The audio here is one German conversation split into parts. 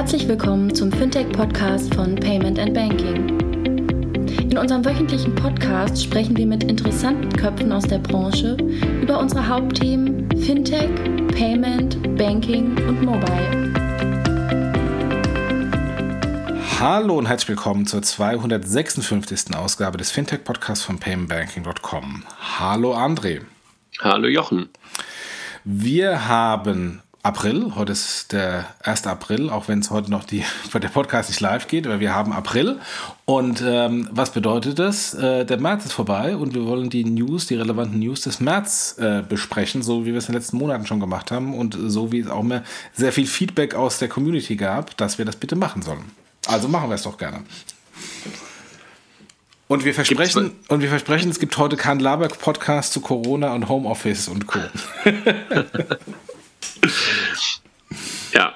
Herzlich willkommen zum Fintech-Podcast von Payment & Banking. In unserem wöchentlichen Podcast sprechen wir mit interessanten Köpfen aus der Branche über unsere Hauptthemen Fintech, Payment, Banking und Mobile. Hallo und herzlich willkommen zur 256. Ausgabe des Fintech-Podcasts von paymentbanking.com. Hallo André. Hallo Jochen. Wir haben April, heute ist der 1. April, auch wenn es heute noch der Podcast nicht live geht, aber wir haben April. Und was bedeutet das? Der März ist vorbei und wir wollen die relevanten News des März besprechen, so wie wir es in den letzten Monaten schon gemacht haben und so wie es auch mehr sehr viel Feedback aus der Community gab, dass wir das bitte machen sollen. Also machen wir es doch gerne. Und wir versprechen, es gibt heute keinen Laber-Podcast zu Corona und Homeoffice und Co. Ja.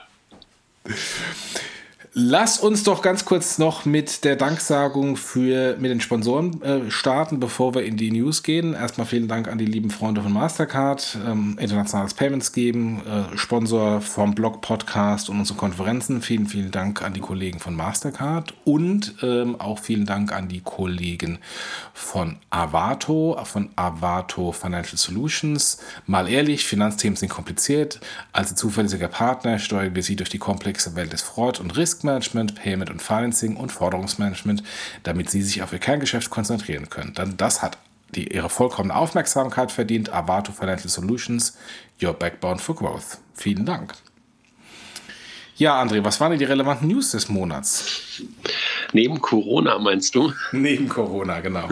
Lass uns doch ganz kurz noch mit der Danksagung mit den Sponsoren starten, bevor wir in die News gehen. Erstmal vielen Dank an die lieben Freunde von Mastercard, Internationales Payments geben, Sponsor vom Blog Podcast und unsere Konferenzen. Vielen, vielen Dank an die Kollegen von Mastercard und auch vielen Dank an die Kollegen von Avato Financial Solutions. Mal ehrlich, Finanzthemen sind kompliziert. Als zuverlässiger Partner steuern wir sie durch die komplexe Welt des Fraud- und Riskmanagement, Payment und Financing und Forderungsmanagement, damit Sie sich auf Ihr Kerngeschäft konzentrieren können. Denn das hat Ihre vollkommene Aufmerksamkeit verdient. Avato Financial Solutions, your backbone for growth. Vielen Dank. Ja, André, was waren denn die relevanten News des Monats? Neben Corona, meinst du? Neben Corona, genau.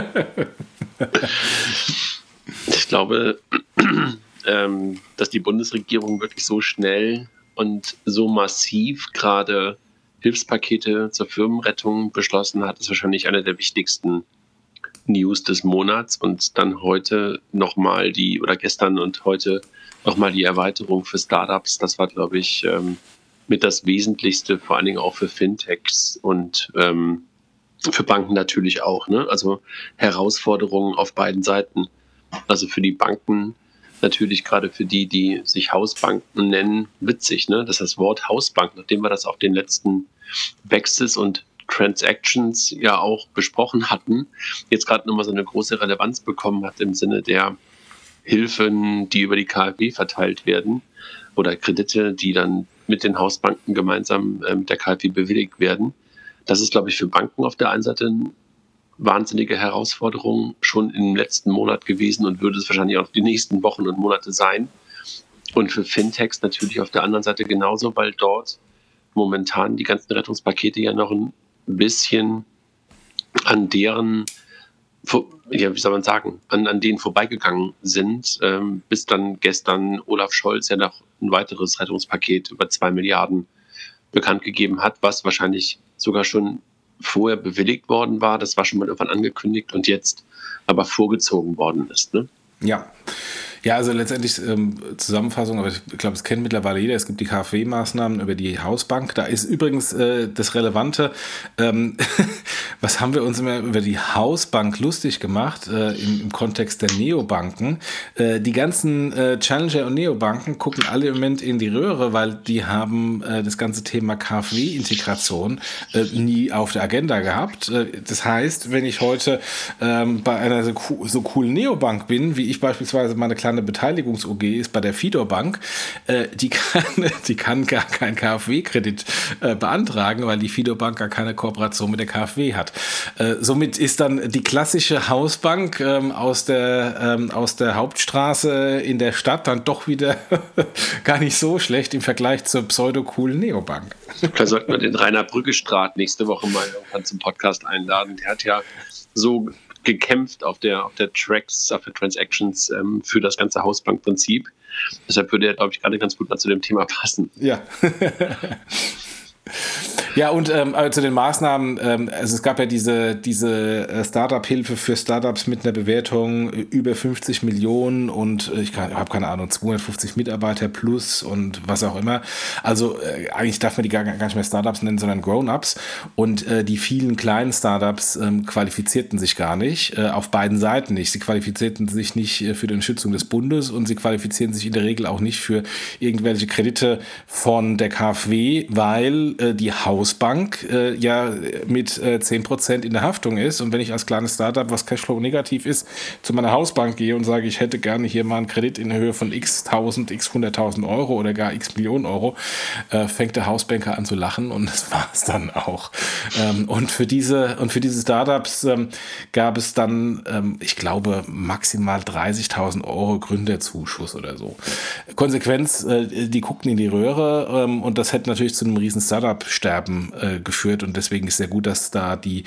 Ich glaube, dass die Bundesregierung wirklich so schnell und so massiv gerade Hilfspakete zur Firmenrettung beschlossen hat, ist wahrscheinlich eine der wichtigsten News des Monats. Und dann gestern und heute nochmal die Erweiterung für Startups. Das war, glaube ich, mit das Wesentlichste, vor allen Dingen auch für Fintechs und für Banken natürlich auch. Ne? Also Herausforderungen auf beiden Seiten. Also für die Banken natürlich gerade für die sich Hausbanken nennen, witzig, ne? Dass das Wort Hausbank, nachdem wir das auf den letzten Wechsels und Transactions ja auch besprochen hatten, jetzt gerade nochmal so eine große Relevanz bekommen hat im Sinne der Hilfen, die über die KfW verteilt werden oder Kredite, die dann mit den Hausbanken gemeinsam mit der KfW bewilligt werden. Das ist, glaube ich, für Banken auf der einen Seite ein wahnsinnige Herausforderung schon im letzten Monat gewesen und würde es wahrscheinlich auch die nächsten Wochen und Monate sein. Und für Fintechs natürlich auf der anderen Seite genauso, weil dort momentan die ganzen Rettungspakete ja noch ein bisschen an deren, an denen vorbeigegangen sind, bis dann gestern Olaf Scholz ja noch ein weiteres Rettungspaket über 2 Milliarden bekannt gegeben hat, was wahrscheinlich sogar schon vorher bewilligt worden war, das war schon mal irgendwann angekündigt und jetzt aber vorgezogen worden ist. Ne? Ja, also letztendlich Zusammenfassung, aber ich glaube, es kennt mittlerweile jeder. Es gibt die KfW-Maßnahmen über die Hausbank. Da ist übrigens das Relevante, was haben wir uns immer über die Hausbank lustig gemacht im Kontext der Neobanken. Die ganzen Challenger und Neobanken gucken alle im Moment in die Röhre, weil die haben das ganze Thema KfW-Integration nie auf der Agenda gehabt. Das heißt, wenn ich heute bei einer so coolen Neobank bin, wie ich beispielsweise meine kleine Beteiligungs-OG ist bei der Fidor Bank, die kann gar keinen KfW-Kredit beantragen, weil die Fidor Bank gar keine Kooperation mit der KfW hat. Somit ist dann die klassische Hausbank aus der Hauptstraße in der Stadt dann doch wieder gar nicht so schlecht im Vergleich zur pseudo-coolen Neobank. Da sollten wir den Rainer Brüggestraat nächste Woche mal irgendwann zum Podcast einladen. Der hat ja so gekämpft auf der Transactions für das ganze Hausbankprinzip. Deshalb würde er, glaube ich, gerade ganz gut mal zu dem Thema passen. Ja. Ja, und zu den Maßnahmen, also es gab ja diese Startup-Hilfe für Startups mit einer Bewertung über 50 Millionen und ich habe keine Ahnung, 250 Mitarbeiter plus und was auch immer. Also eigentlich darf man die gar nicht mehr Startups nennen, sondern Grown-Ups. Und die vielen kleinen Startups qualifizierten sich gar nicht, auf beiden Seiten nicht. Sie qualifizierten sich nicht für die Unterstützung des Bundes und sie qualifizieren sich in der Regel auch nicht für irgendwelche Kredite von der KfW, weil die Hausbank ja mit 10% in der Haftung ist. Und wenn ich als kleines Startup, was Cashflow negativ ist, zu meiner Hausbank gehe und sage, ich hätte gerne hier mal einen Kredit in Höhe von x 100.000 Euro oder gar x Millionen Euro, fängt der Hausbanker an zu lachen und das war es dann auch. Und für diese Startups gab es dann, ich glaube, maximal 30.000 Euro Gründerzuschuss oder so. Konsequenz, die guckten in die Röhre und das hätte natürlich zu einem riesen Startup-Sterben geführt und deswegen ist sehr gut, dass da die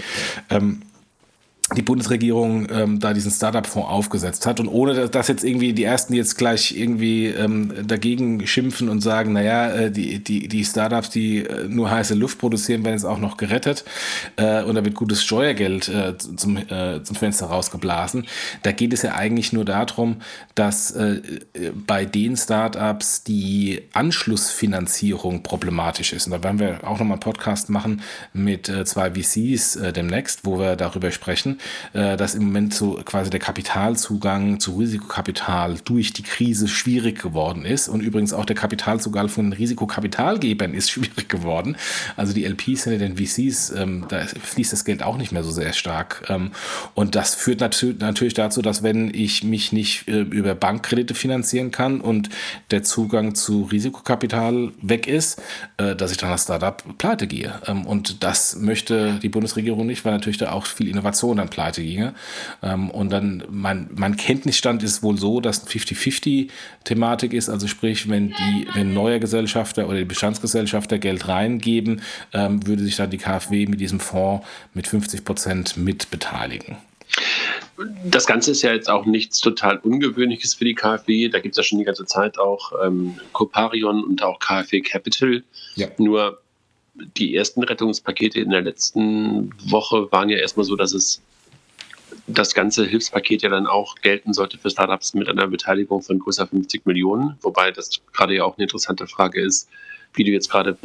Bundesregierung da diesen Startup-Fonds aufgesetzt hat und ohne dass jetzt irgendwie die Ersten jetzt gleich irgendwie dagegen schimpfen und sagen, naja, die Startups, die nur heiße Luft produzieren, werden jetzt auch noch gerettet und da wird gutes Steuergeld zum Fenster rausgeblasen. Da geht es ja eigentlich nur darum, dass bei den Startups die Anschlussfinanzierung problematisch ist. Und da werden wir auch nochmal einen Podcast machen mit 2 VCs demnächst, wo wir darüber sprechen, dass im Moment so quasi der Kapitalzugang zu Risikokapital durch die Krise schwierig geworden ist und übrigens auch der Kapitalzugang von den Risikokapitalgebern ist schwierig geworden. Also die LPs hinter den VCs, da fließt das Geld auch nicht mehr so sehr stark und das führt natürlich dazu, dass wenn ich mich nicht über Bankkredite finanzieren kann und der Zugang zu Risikokapital weg ist, dass ich dann als Startup pleite gehe und das möchte die Bundesregierung nicht, weil natürlich da auch viel Innovation dann pleite ginge. Und dann, mein Kenntnisstand ist wohl so, dass eine 50-50-Thematik ist, also sprich, wenn neue Gesellschafter oder die Bestandsgesellschafter Geld reingeben, würde sich dann die KfW mit diesem Fonds mit 50% mitbeteiligen. Das Ganze ist ja jetzt auch nichts total Ungewöhnliches für die KfW. Da gibt es ja schon die ganze Zeit auch Coparion und auch KfW Capital. Ja. Nur die ersten Rettungspakete in der letzten Woche waren ja erstmal so, dass das ganze Hilfspaket ja dann auch gelten sollte für Startups mit einer Beteiligung von größer 50 Millionen. Wobei das gerade ja auch eine interessante Frage ist, wie du jetzt gerade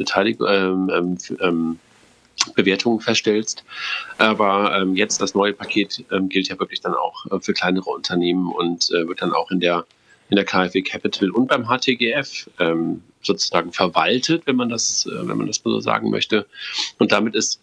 Bewertungen feststellst. Aber jetzt das neue Paket gilt ja wirklich dann auch für kleinere Unternehmen und wird dann auch in der KfW Capital und beim HTGF sozusagen verwaltet, wenn man das so sagen möchte. Und damit ist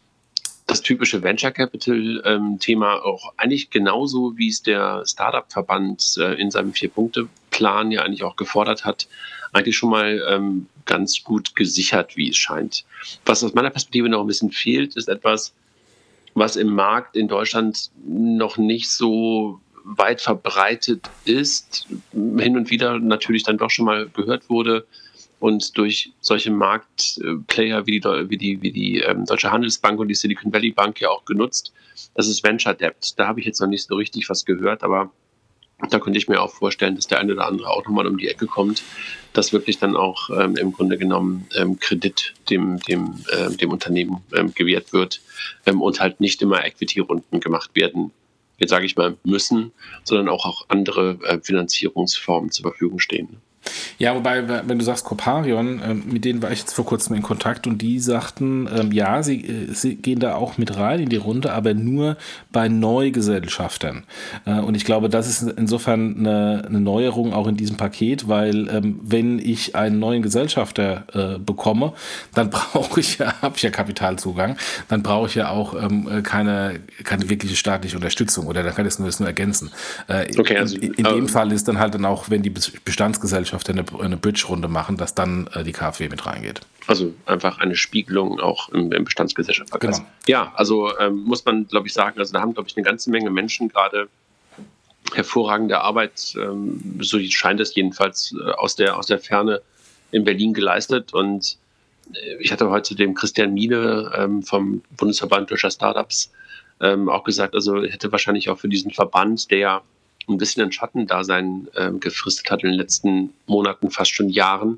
das typische Venture Capital Thema auch eigentlich genauso, wie es der Startup-Verband in seinem 4-Punkte-Plan ja eigentlich auch gefordert hat, eigentlich schon mal ganz gut gesichert, wie es scheint. Was aus meiner Perspektive noch ein bisschen fehlt, ist etwas, was im Markt in Deutschland noch nicht so weit verbreitet ist, hin und wieder natürlich dann doch schon mal gehört wurde und durch solche Marktplayer wie die Deutsche Handelsbank und die Silicon Valley Bank ja auch genutzt. Das ist Venture Debt. Da habe ich jetzt noch nicht so richtig was gehört, aber da könnte ich mir auch vorstellen, dass der eine oder andere auch nochmal um die Ecke kommt, dass wirklich dann auch im Grunde genommen Kredit dem Unternehmen gewährt wird und halt nicht immer Equity-Runden gemacht werden, jetzt sage ich mal, müssen, sondern auch andere Finanzierungsformen zur Verfügung stehen. Ja, wobei, wenn du sagst Coparion, mit denen war ich jetzt vor kurzem in Kontakt und die sagten, ja, sie gehen da auch mit rein in die Runde, aber nur bei Neugesellschaftern. Und ich glaube, das ist insofern eine Neuerung auch in diesem Paket, weil wenn ich einen neuen Gesellschafter bekomme, dann habe ich ja Kapitalzugang, dann brauche ich ja auch keine wirkliche staatliche Unterstützung oder dann kann ich es nur ergänzen. Okay, also, in dem Fall ist dann halt dann auch, wenn die Bestandsgesellschaft eine Bridge-Runde machen, dass dann die KfW mit reingeht. Also einfach eine Spiegelung auch im Bestandsgesellschaft. Genau. Ja, also muss man, glaube ich, sagen, also da haben, glaube ich, eine ganze Menge Menschen gerade hervorragende Arbeit, so scheint es jedenfalls aus der Ferne in Berlin geleistet. Und ich hatte heute dem Christian Miele vom Bundesverband Deutscher Startups auch gesagt, also hätte wahrscheinlich auch für diesen Verband, der ja ein bisschen ein Schattendasein gefristet hat in den letzten Monaten, fast schon Jahren,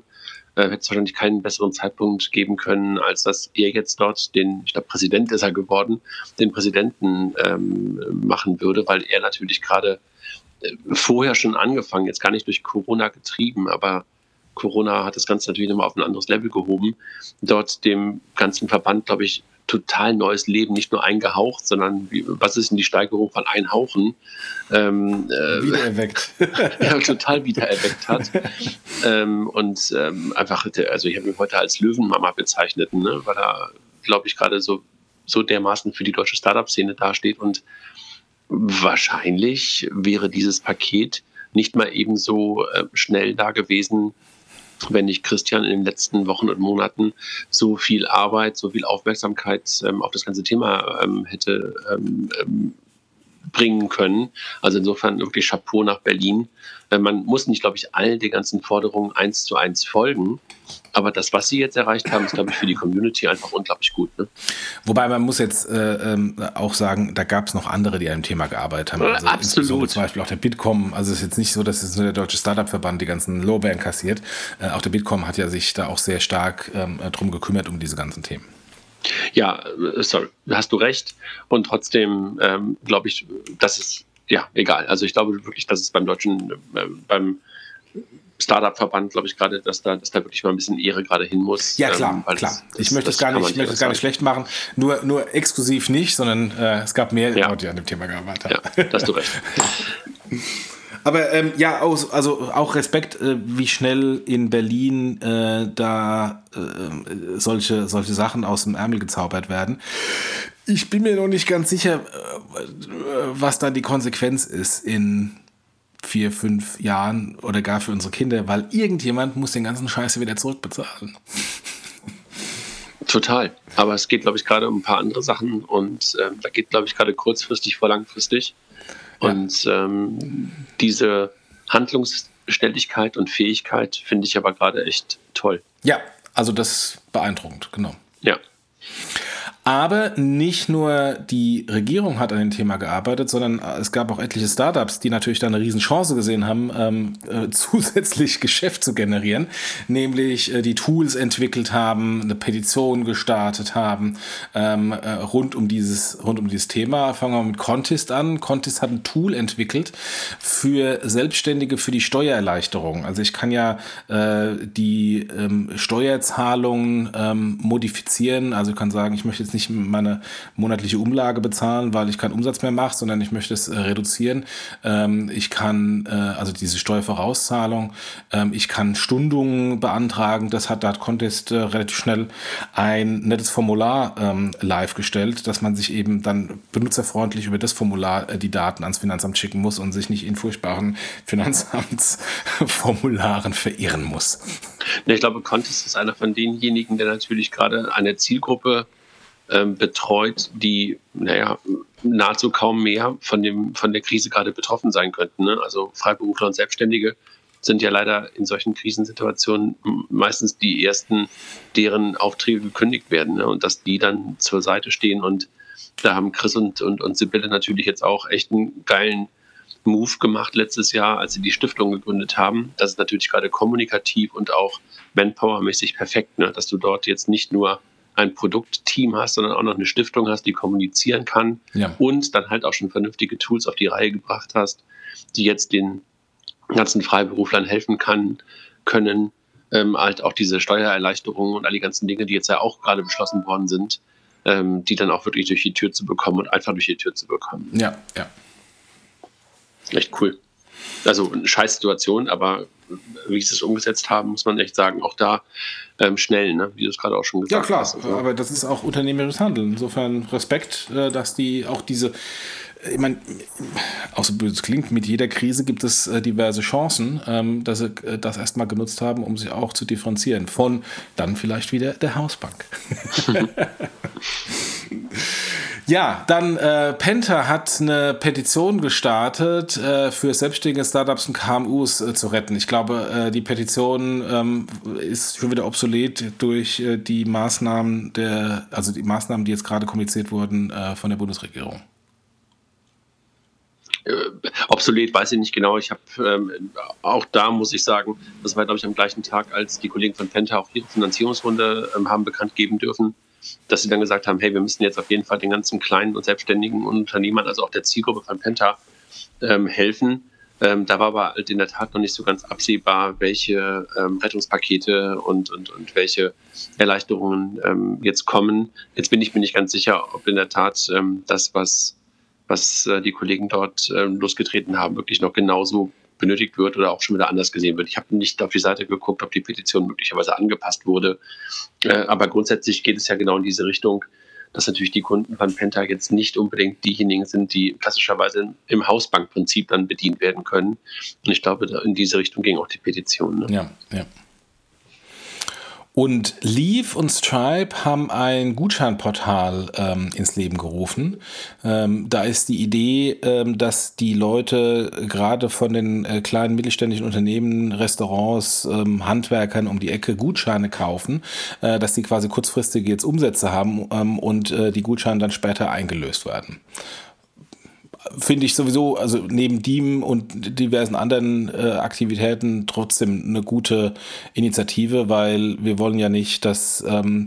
hätte es wahrscheinlich keinen besseren Zeitpunkt geben können, als dass er jetzt dort ich glaube, Präsident ist er geworden, den Präsidenten machen würde, weil er natürlich gerade vorher schon angefangen, jetzt gar nicht durch Corona getrieben, aber Corona hat das Ganze natürlich nochmal auf ein anderes Level gehoben, dort dem ganzen Verband, glaube ich, total neues Leben, nicht nur eingehaucht, sondern was ist denn die Steigerung von einhauchen? Wiedererweckt. Ja, total wiedererweckt hat. Einfach, also ich habe ihn heute als Löwenmama bezeichnet, ne, weil er, glaube ich, gerade so dermaßen für die deutsche Startup-Szene dasteht und wahrscheinlich wäre dieses Paket nicht mal ebenso schnell da gewesen, wenn nicht Christian in den letzten Wochen und Monaten so viel Arbeit, so viel Aufmerksamkeit auf das ganze Thema hätte bringen können. Also insofern wirklich Chapeau nach Berlin. Man muss nicht, glaube ich, all den ganzen Forderungen 1:1 folgen, aber das, was sie jetzt erreicht haben, ist, glaube ich, für die Community einfach unglaublich gut. Ne? Wobei man muss jetzt auch sagen, da gab es noch andere, die an dem Thema gearbeitet haben. Also absolut. Zum Beispiel auch der Bitkom. Also es ist jetzt nicht so, dass es nur der Deutsche Startup-Verband die ganzen Lorbeeren kassiert. Auch der Bitkom hat ja sich da auch sehr stark drum gekümmert, um diese ganzen Themen. Ja, sorry, hast du recht. Und trotzdem glaube ich, das ist, ja, egal. Also ich glaube wirklich, dass es beim Startup-Verband, glaube ich, gerade, dass da wirklich mal ein bisschen Ehre gerade hin muss. Ja, klar. Ich möchte es gar nicht schlecht machen. Nur exklusiv nicht, sondern es gab mehr Leute, die an dem Thema gearbeitet haben. Ja, da hast du recht. Aber also auch Respekt, wie schnell in Berlin solche Sachen aus dem Ärmel gezaubert werden. Ich bin mir noch nicht ganz sicher, was da die Konsequenz ist in 4-5 Jahren oder gar für unsere Kinder, weil irgendjemand muss den ganzen Scheiß wieder zurückbezahlen. Total. Aber es geht, glaube ich, gerade um ein paar andere Sachen und da geht, glaube ich, gerade kurzfristig vor langfristig. Und diese Handlungsständigkeit und Fähigkeit finde ich aber gerade echt toll. Ja, also das ist beeindruckend, genau. Ja. Aber nicht nur die Regierung hat an dem Thema gearbeitet, sondern es gab auch etliche Startups, die natürlich da eine Riesenchance gesehen haben, zusätzlich Geschäft zu generieren, nämlich die Tools entwickelt haben, eine Petition gestartet haben, rund um dieses Thema. Fangen wir mit Contist an. Contist hat ein Tool entwickelt für Selbstständige für die Steuererleichterung. Also ich kann ja die Steuerzahlungen modifizieren. Also ich kann sagen, ich möchte jetzt nicht meine monatliche Umlage bezahlen, weil ich keinen Umsatz mehr mache, sondern ich möchte es reduzieren. Ich kann, also diese Steuervorauszahlung, ich kann Stundungen beantragen. Da hat Contist relativ schnell ein nettes Formular live gestellt, dass man sich eben dann benutzerfreundlich über das Formular die Daten ans Finanzamt schicken muss und sich nicht in furchtbaren Finanzamtsformularen verirren muss. Ich glaube, Contist ist einer von denjenigen, der natürlich gerade eine Zielgruppe betreut, die nahezu kaum mehr von der Krise gerade betroffen sein könnten. Ne? Also Freiberufler und Selbstständige sind ja leider in solchen Krisensituationen meistens die ersten, deren Aufträge gekündigt werden, ne? Und dass die dann zur Seite stehen. Und da haben Chris und Sibylle natürlich jetzt auch echt einen geilen Move gemacht letztes Jahr, als sie die Stiftung gegründet haben. Das ist natürlich gerade kommunikativ und auch manpowermäßig perfekt, ne? Dass du dort jetzt nicht nur ein Produktteam hast, sondern auch noch eine Stiftung hast, die kommunizieren kann und dann halt auch schon vernünftige Tools auf die Reihe gebracht hast, die jetzt den ganzen Freiberuflern helfen können, halt auch diese Steuererleichterungen und all die ganzen Dinge, die jetzt ja auch gerade beschlossen worden sind, die dann auch wirklich durch die Tür zu bekommen und einfach durch die Tür zu bekommen. Ja. Echt cool. Also eine Scheißsituation, aber wie sie es umgesetzt haben, muss man echt sagen, auch da schnell, ne? Wie du es gerade auch schon gesagt hast. Ja klar, aber das ist auch unternehmerisches Handeln. Insofern Respekt, dass die auch diese, ich meine, auch so böse es klingt, mit jeder Krise gibt es diverse Chancen, dass sie das erstmal genutzt haben, um sich auch zu differenzieren von dann vielleicht wieder der Hausbank. Ja, dann Penta hat eine Petition gestartet, für selbstständige Startups und KMUs zu retten. Ich glaube, die Petition ist schon wieder obsolet durch die Maßnahmen, die jetzt gerade kommuniziert wurden von der Bundesregierung. Obsolet, weiß ich nicht genau. Ich habe auch da, muss ich sagen, das war, glaube ich, am gleichen Tag, als die Kollegen von Penta auch ihre Finanzierungsrunde haben bekannt geben dürfen, dass sie dann gesagt haben, hey, wir müssen jetzt auf jeden Fall den ganzen kleinen und selbstständigen Unternehmern, also auch der Zielgruppe von Penta, helfen. Da war aber halt in der Tat noch nicht so ganz absehbar, welche Rettungspakete und welche Erleichterungen jetzt kommen. Jetzt bin ich mir nicht ganz sicher, ob in der Tat das, was die Kollegen dort losgetreten haben, wirklich noch genauso benötigt wird oder auch schon wieder anders gesehen wird. Ich habe nicht auf die Seite geguckt, ob die Petition möglicherweise angepasst wurde. Aber grundsätzlich geht es ja genau in diese Richtung, dass natürlich die Kunden von Penta jetzt nicht unbedingt diejenigen sind, die klassischerweise im Hausbankprinzip dann bedient werden können. Und ich glaube, in diese Richtung ging auch die Petition. Ne? Ja. Und Leaf und Stripe haben ein Gutscheinportal ins Leben gerufen. Da ist die Idee, dass die Leute gerade von den kleinen mittelständischen Unternehmen, Restaurants, Handwerkern um die Ecke Gutscheine kaufen, dass die quasi kurzfristige jetzt Umsätze haben und die Gutscheine dann später eingelöst werden. Finde ich sowieso, also neben DIEM und diversen anderen Aktivitäten trotzdem eine gute Initiative, weil wir wollen ja nicht, dass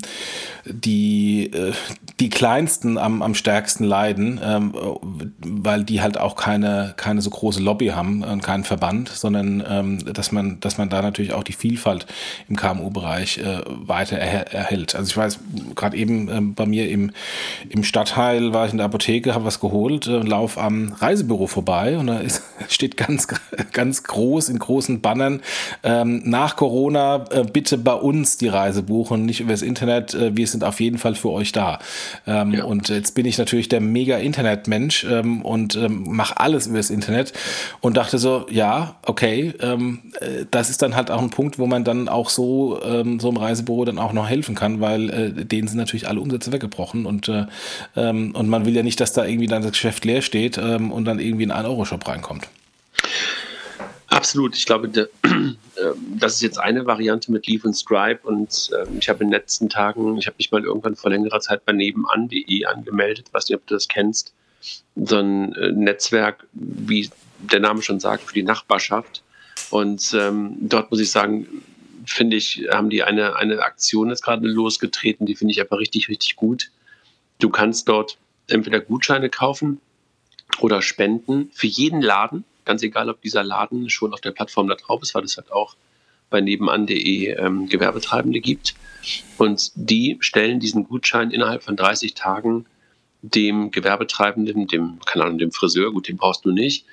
die Kleinsten am stärksten leiden, weil die halt auch keine so große Lobby haben und keinen Verband, sondern dass man da natürlich auch die Vielfalt im KMU-Bereich weiter erhält. Also ich weiß, gerade eben bei mir im Stadtteil war ich in der Apotheke, habe was geholt, lauf am Reisebüro vorbei und da steht ganz, ganz groß in großen Bannern, nach Corona bitte bei uns die Reise buchen, nicht über das Internet, wir sind auf jeden Fall für euch da. Und jetzt bin ich natürlich der mega Internetmensch und mache alles über das Internet und dachte so, ja, okay, das ist dann halt auch ein Punkt, wo man dann auch so im Reisebüro dann auch noch helfen kann, weil denen sind natürlich alle Umsätze weggebrochen und man will ja nicht, dass da irgendwie dann das Geschäft leer steht und dann irgendwie in einen Euro-Shop reinkommt. Absolut. Ich glaube, das ist jetzt eine Variante mit Leaf und Stripe und ich habe in den letzten Tagen, ich habe mich mal irgendwann vor längerer Zeit bei nebenan.de angemeldet, weiß nicht, ob du das kennst, so ein Netzwerk, wie der Name schon sagt, für die Nachbarschaft und dort muss ich sagen, finde ich, haben die eine Aktion jetzt gerade losgetreten, die finde ich einfach richtig, richtig gut. Du kannst dort entweder Gutscheine kaufen oder spenden für jeden Laden, ganz egal, ob dieser Laden schon auf der Plattform da drauf ist, weil es halt auch bei nebenan.de Gewerbetreibende gibt. Und die stellen diesen Gutschein innerhalb von 30 Tagen dem Gewerbetreibenden, dem Friseur, gut, den brauchst du nicht,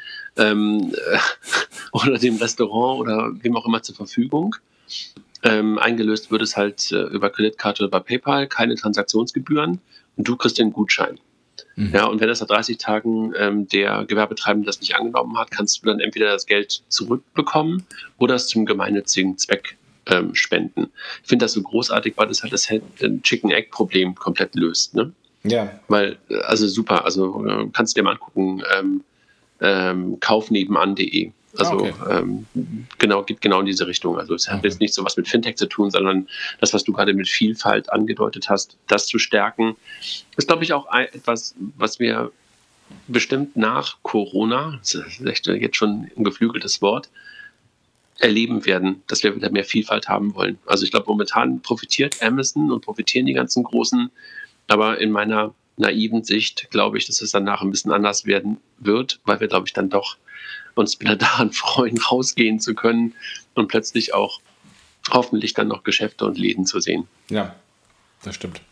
oder dem Restaurant oder wem auch immer zur Verfügung. Eingelöst wird es halt über Kreditkarte oder bei PayPal, keine Transaktionsgebühren und du kriegst den Gutschein. Mhm. Ja, und wenn das nach 30 Tagen der Gewerbetreibende das nicht angenommen hat, kannst du dann entweder das Geld zurückbekommen oder es zum gemeinnützigen Zweck spenden. Ich finde das so großartig, weil das halt das Chicken-Egg-Problem komplett löst. Ne? Ja. Weil, also super, also kannst du dir mal angucken, kaufnebenan.de. Also okay. Geht genau in diese Richtung. Also es hat jetzt nicht so was mit Fintech zu tun, sondern das, was du gerade mit Vielfalt angedeutet hast, das zu stärken, ist, glaube ich, auch etwas, was wir bestimmt nach Corona, das ist echt jetzt schon ein geflügeltes Wort, erleben werden, dass wir wieder mehr Vielfalt haben wollen. Also ich glaube, momentan profitiert Amazon und profitieren die ganzen Großen, aber in meiner naiven Sicht glaube ich, dass es danach ein bisschen anders werden wird, weil wir, glaube ich, dann doch uns wieder daran freuen, rausgehen zu können und plötzlich auch hoffentlich dann noch Geschäfte und Läden zu sehen. Ja, das stimmt.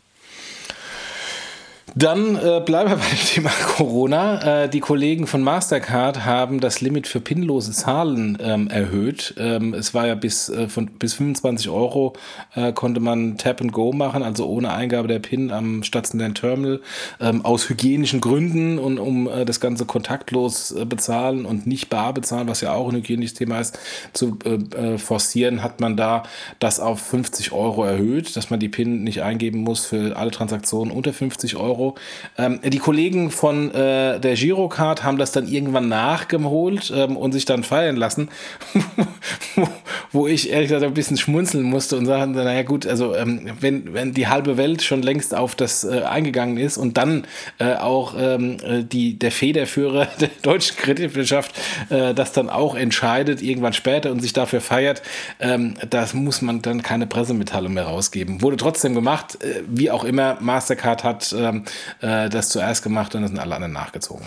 Dann bleiben wir bei dem Thema Corona. Die Kollegen von Mastercard haben das Limit für pinlose Zahlen erhöht. Es war ja bis 25 Euro konnte man Tap and Go machen, also ohne Eingabe der PIN am stationären Terminal. Aus hygienischen Gründen und um das Ganze kontaktlos bezahlen und nicht bar bezahlen, was ja auch ein hygienisches Thema ist, zu forcieren, hat man da das auf 50 Euro erhöht, dass man die PIN nicht eingeben muss für alle Transaktionen unter 50 Euro. Euro. Die Kollegen von der Girocard haben das dann irgendwann nachgeholt und sich dann feiern lassen, wo ich ehrlich gesagt ein bisschen schmunzeln musste und sagen, naja gut, also wenn die halbe Welt schon längst auf das eingegangen ist und dann auch der Federführer der deutschen Kreditwirtschaft das dann auch entscheidet, irgendwann später und sich dafür feiert, das muss man dann keine Pressemitteilung mehr rausgeben. Wurde trotzdem gemacht, wie auch immer, Mastercard hat das zuerst gemacht und dann sind alle anderen nachgezogen.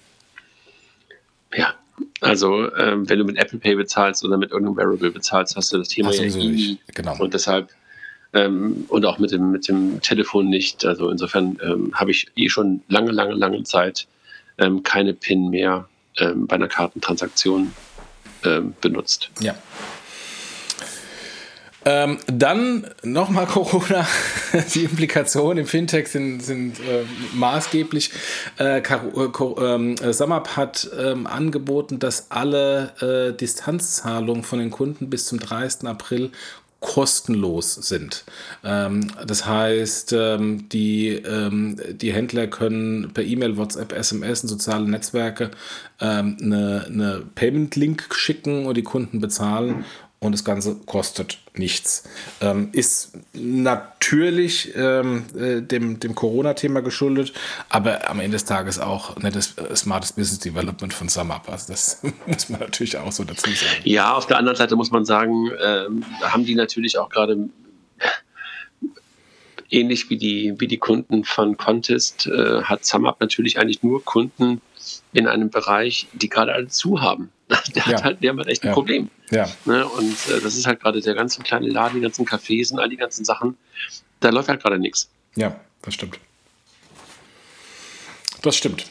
Ja, also wenn du mit Apple Pay bezahlst oder mit irgendeinem Wearable bezahlst, hast du das Thema ja nie. Genau. Und deshalb und auch mit dem Telefon nicht. Also insofern habe ich schon lange Zeit keine PIN mehr bei einer Kartentransaktion benutzt. Ja. Dann nochmal Corona. Die Implikationen im Fintech sind maßgeblich. SumUp hat angeboten, dass alle Distanzzahlungen von den Kunden bis zum 30. April kostenlos sind. Das heißt, die Händler können per E-Mail, WhatsApp, SMS und soziale Netzwerke eine Payment-Link schicken und die Kunden bezahlen. Und das Ganze kostet nichts. Ist natürlich dem Corona-Thema geschuldet, aber am Ende des Tages auch nettes smartes Business Development von SumUp. Also das muss man natürlich auch so dazu sagen. Ja, auf der anderen Seite muss man sagen, haben die natürlich auch gerade ähnlich wie die Kunden von Contest, hat SumUp natürlich eigentlich nur Kunden in einem Bereich, die gerade alle zu haben. Der hat echt ein Problem. Ja. Ne? Und das ist halt gerade der ganze kleine Laden, die ganzen Cafés und all die ganzen Sachen. Da läuft halt gerade nichts. Ja, das stimmt. Das stimmt.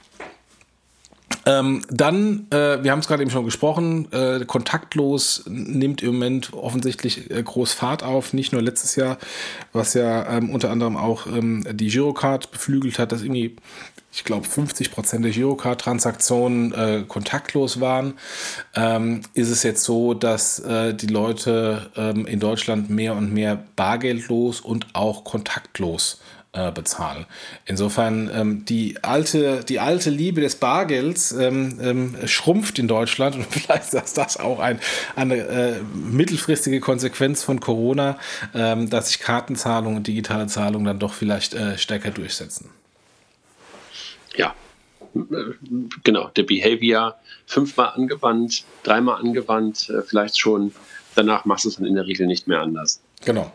Dann, wir haben es gerade eben schon gesprochen, kontaktlos nimmt im Moment offensichtlich groß Fahrt auf, nicht nur letztes Jahr, was ja unter anderem auch die Girocard beflügelt hat, dass irgendwie, ich glaube, 50% der Girocard-Transaktionen kontaktlos waren. Ist es jetzt so, dass die Leute in Deutschland mehr und mehr bargeldlos und auch kontaktlos bezahlen. Insofern die alte Liebe des Bargelds schrumpft in Deutschland und vielleicht ist das auch eine mittelfristige Konsequenz von Corona, dass sich Kartenzahlungen und digitale Zahlungen dann doch vielleicht stärker durchsetzen. Ja, genau. Der Behavior 5-mal angewandt, 3-mal angewandt, vielleicht schon. Danach machst du es dann in der Regel nicht mehr anders. Genau.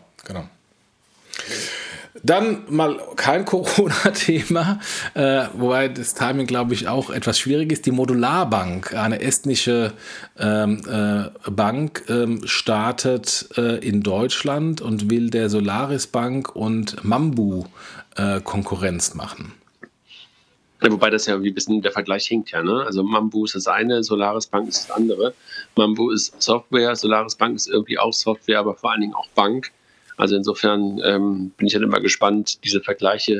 Dann mal kein Corona-Thema, wobei das Timing, glaube ich, auch etwas schwierig ist. Die Modularbank, eine estnische Bank, startet in Deutschland und will der Solaris Bank und Mambu Konkurrenz machen. Ja, wobei das ja ein bisschen der Vergleich hinkt, ja. Ne? Also Mambu ist das eine, Solaris Bank ist das andere. Mambu ist Software, Solaris Bank ist irgendwie auch Software, aber vor allen Dingen auch Bank. Also insofern bin ich halt immer gespannt, diese Vergleiche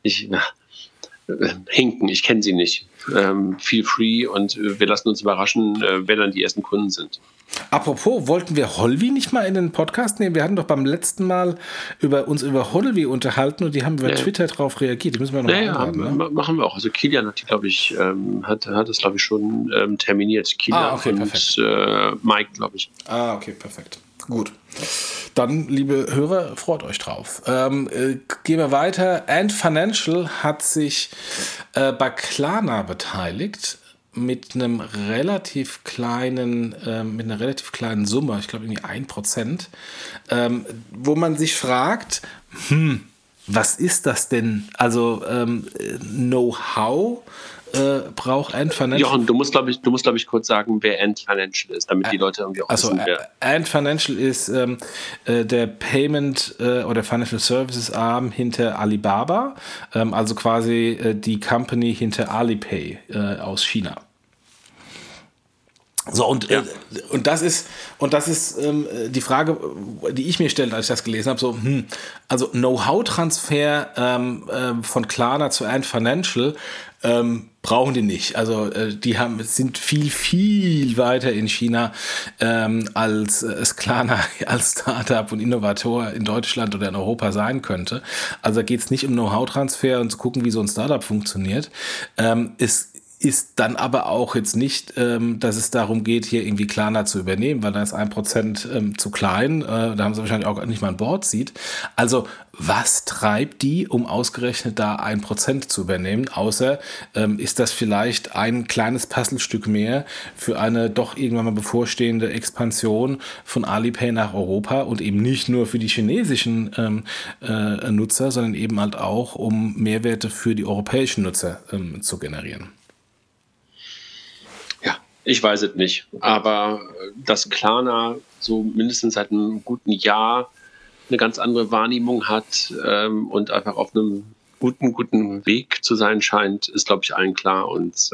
hinken. Ich kenne sie nicht. Feel free und wir lassen uns überraschen, wer dann die ersten Kunden sind. Apropos, wollten wir Holvi nicht mal in den Podcast nehmen? Wir hatten doch beim letzten Mal uns über Holvi unterhalten und die haben über Twitter darauf reagiert. Die müssen wir noch einladen. Ne? Machen wir auch. Also Kilian hat die, glaube ich, hat es, glaube ich, schon terminiert. Kilian okay, und Mike, glaube ich. Okay, perfekt. Gut. Dann, liebe Hörer, freut euch drauf. Gehen wir weiter. Ant Financial hat sich bei Klarna beteiligt mit einer relativ kleinen Summe, ich glaube irgendwie 1%, wo man sich fragt, was ist das denn? Also Know-how braucht Ant Financial. Jochen, du musst, glaube ich, kurz sagen, wer Ant Financial ist, damit die Leute irgendwie auch wissen, wer. Ant Financial ist der Payment oder Financial Services Arm hinter Alibaba, also quasi die Company hinter Alipay aus China. So, und das ist die Frage, die ich mir stelle, als ich das gelesen habe, also Know-how-Transfer von Klarna zu Ant Financial, brauchen die nicht. Also sind viel, viel weiter in China als Klarna als Startup und Innovator in Deutschland oder in Europa sein könnte. Also da geht es nicht um Know-how-Transfer und zu gucken, wie so ein Startup funktioniert. Es ist dann aber auch jetzt nicht, dass es darum geht, hier irgendwie Klarna zu übernehmen, weil da ist 1% zu klein. Da haben sie wahrscheinlich auch nicht mal ein Board-Seat. Also was treibt die, um ausgerechnet da 1% zu übernehmen? Außer ist das vielleicht ein kleines Puzzlestück mehr für eine doch irgendwann mal bevorstehende Expansion von Alipay nach Europa und eben nicht nur für die chinesischen Nutzer, sondern eben halt auch, um Mehrwerte für die europäischen Nutzer zu generieren. Ich weiß es nicht, aber dass Klarna so mindestens seit einem guten Jahr eine ganz andere Wahrnehmung hat und einfach auf einem guten Weg zu sein scheint, ist, glaube ich, allen klar. Und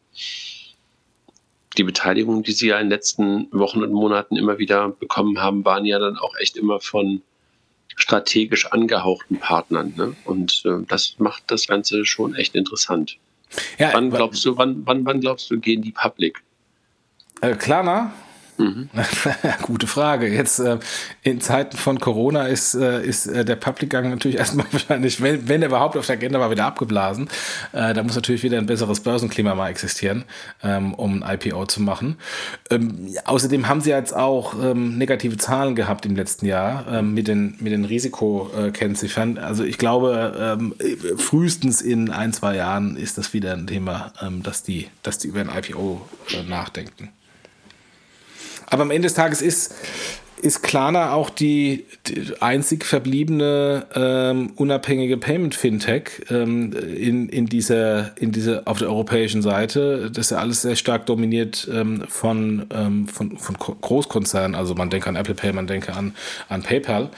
die Beteiligung, die sie ja in den letzten Wochen und Monaten immer wieder bekommen haben, waren ja dann auch echt immer von strategisch angehauchten Partnern. Ne? Und das macht das Ganze schon echt interessant. Ja, wann glaubst du, gehen die public? Klarna? Gute Frage. Jetzt in Zeiten von Corona ist der Public-Gang natürlich erstmal wahrscheinlich, wenn er überhaupt auf der Agenda war, wieder abgeblasen. Da muss natürlich wieder ein besseres Börsenklima mal existieren, um ein IPO zu machen. Außerdem haben sie jetzt auch negative Zahlen gehabt im letzten Jahr mit den Risikokennziffern. Also ich glaube, frühestens in 1-2 Jahren ist das wieder ein Thema, dass die über ein IPO nachdenken. Aber am Ende des Tages ist Klarna auch die einzig verbliebene unabhängige Payment-Fintech in dieser auf der europäischen Seite. Das ist ja alles sehr stark dominiert von Großkonzernen. Also man denke an Apple Pay, man denke an PayPal.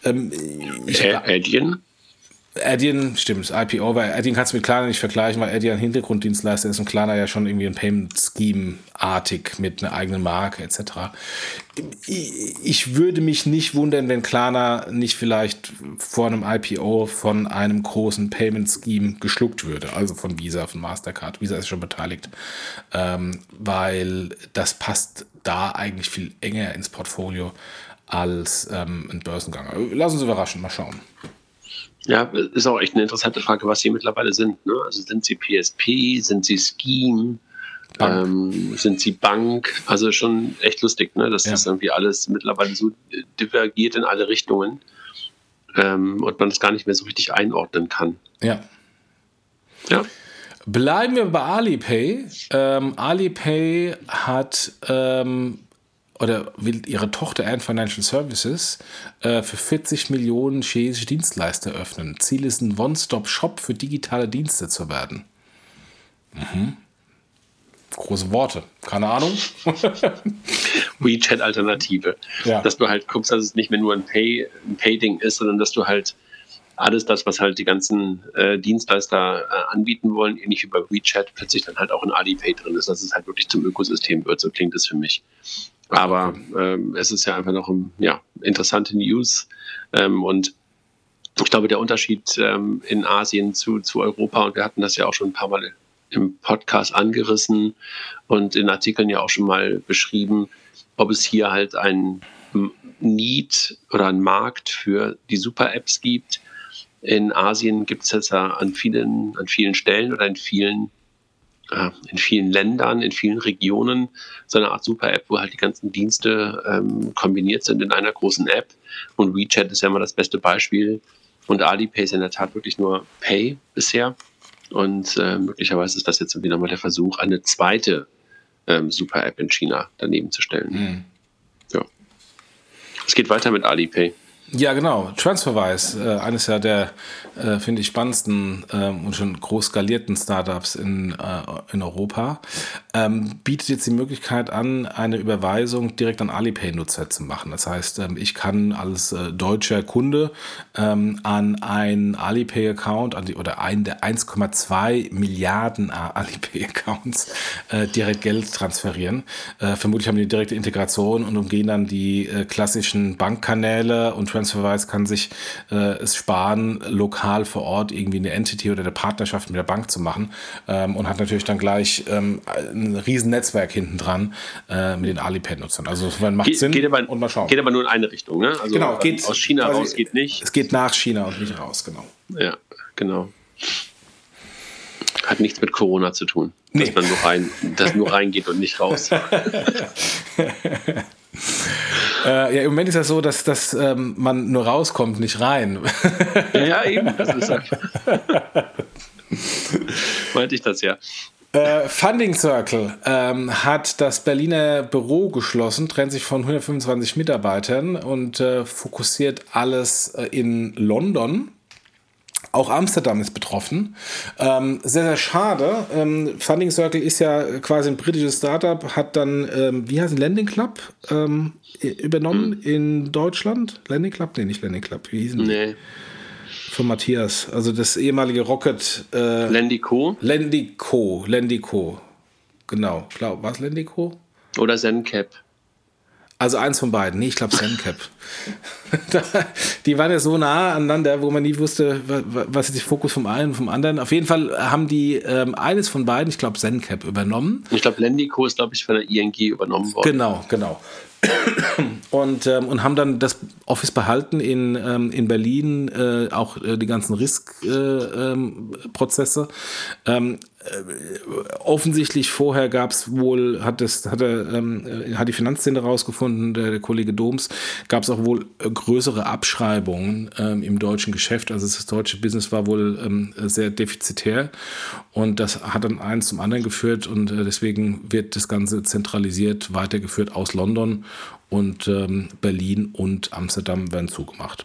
Adyen, stimmt, IPO, weil Adyen kannst du mit Klarna nicht vergleichen, weil Adyen ein Hintergrunddienstleister ist und Klarna ja schon irgendwie ein Payment-Scheme-artig mit einer eigenen Marke etc. Ich würde mich nicht wundern, wenn Klarna nicht vielleicht vor einem IPO von einem großen Payment-Scheme geschluckt würde, also von Visa, von Mastercard. Visa ist schon beteiligt, weil das passt da eigentlich viel enger ins Portfolio als ein Börsengang. Lass uns überraschen, mal schauen. Ja, ist auch echt eine interessante Frage, was sie mittlerweile sind. Ne? Also sind sie PSP, sind sie Scheme, sind sie Bank? Also schon echt lustig, ne? Dass das irgendwie alles mittlerweile so divergiert in alle Richtungen und man das gar nicht mehr so richtig einordnen kann. Ja. Bleiben wir bei Alipay. Alipay hat oder will ihre Tochter Ant Financial Services für 40 Millionen chinesische Dienstleister öffnen. Ziel ist, ein One-Stop-Shop für digitale Dienste zu werden. Große Worte, keine Ahnung. WeChat-Alternative. Ja. Dass du halt guckst, dass es nicht mehr nur ein Pay-Ding ist, sondern dass du halt alles das, was halt die ganzen Dienstleister anbieten wollen, ähnlich wie bei WeChat, plötzlich dann halt auch in Alipay drin ist, dass es halt wirklich zum Ökosystem wird. So klingt es für mich. Aber es ist ja einfach noch interessante News. Und ich glaube, der Unterschied in Asien zu Europa, und wir hatten das ja auch schon ein paar Mal im Podcast angerissen und in Artikeln ja auch schon mal beschrieben, ob es hier halt ein Need oder einen Markt für die Super-Apps gibt. In Asien gibt es jetzt an vielen Stellen oder in vielen Ländern, in vielen Regionen so eine Art Super-App, wo halt die ganzen Dienste kombiniert sind in einer großen App. Und WeChat ist ja immer das beste Beispiel. Und Alipay ist in der Tat wirklich nur Pay bisher. Und möglicherweise ist das jetzt wieder mal der Versuch, eine zweite Super-App in China daneben zu stellen. Ja. Es geht weiter mit Alipay. Ja, genau. TransferWise, eines ja der, finde ich, spannendsten und schon groß skalierten Startups in Europa, bietet jetzt die Möglichkeit an, eine Überweisung direkt an Alipay-Nutzer zu machen. Das heißt, ich kann als deutscher Kunde an einen Alipay-Account oder einen der 1,2 Milliarden Alipay-Accounts direkt Geld transferieren. Vermutlich haben die direkte Integration und umgehen dann die klassischen Bankkanäle und TransferWise kann sich es sparen, lokal vor Ort irgendwie eine Entity oder eine Partnerschaft mit der Bank zu machen und hat natürlich dann gleich ein riesen Netzwerk hinten dran mit den Alipay-Nutzern. Also es macht Sinn und mal schauen. Geht aber nur in eine Richtung, ne? Also genau, aus China raus geht nicht. Es geht nach China und nicht raus, genau. Ja, genau. Hat nichts mit Corona zu tun, dass man nur reingeht und nicht raus. Im Moment ist das so, dass man nur rauskommt, nicht rein. Ja, eben. Das ist halt meinte ich das ja. Funding Circle hat das Berliner Büro geschlossen, trennt sich von 125 Mitarbeitern und fokussiert alles in London. Auch Amsterdam ist betroffen. Sehr, sehr schade. Funding Circle ist ja quasi ein britisches Startup, hat dann, wie heißt es, Lending Club übernommen in Deutschland? Lending Club? Nee, nicht Lending Club. Wie hießen die? Nee. Von Matthias. Also das ehemalige Rocket. Lendico? Lendico. Genau. War es Lendico? Oder ZenCap. Also eins von beiden. Nee, ich glaube ZenCap. Die waren ja so nah aneinander, wo man nie wusste, was ist der Fokus vom einen und vom anderen. Auf jeden Fall haben die eines von beiden, ich glaube ZenCap, übernommen. Ich glaube Lendico ist, glaube ich, von der ING übernommen worden. Genau. Und haben dann das Office behalten in Berlin, auch die ganzen Risk-Prozesse. Offensichtlich vorher gab es wohl, hat die Finanzszene rausgefunden, der Kollege Doms, gab es auch wohl größere Abschreibungen im deutschen Geschäft. Also das deutsche Business war wohl sehr defizitär und das hat dann eins zum anderen geführt und deswegen wird das Ganze zentralisiert weitergeführt aus London und Berlin und Amsterdam werden zugemacht.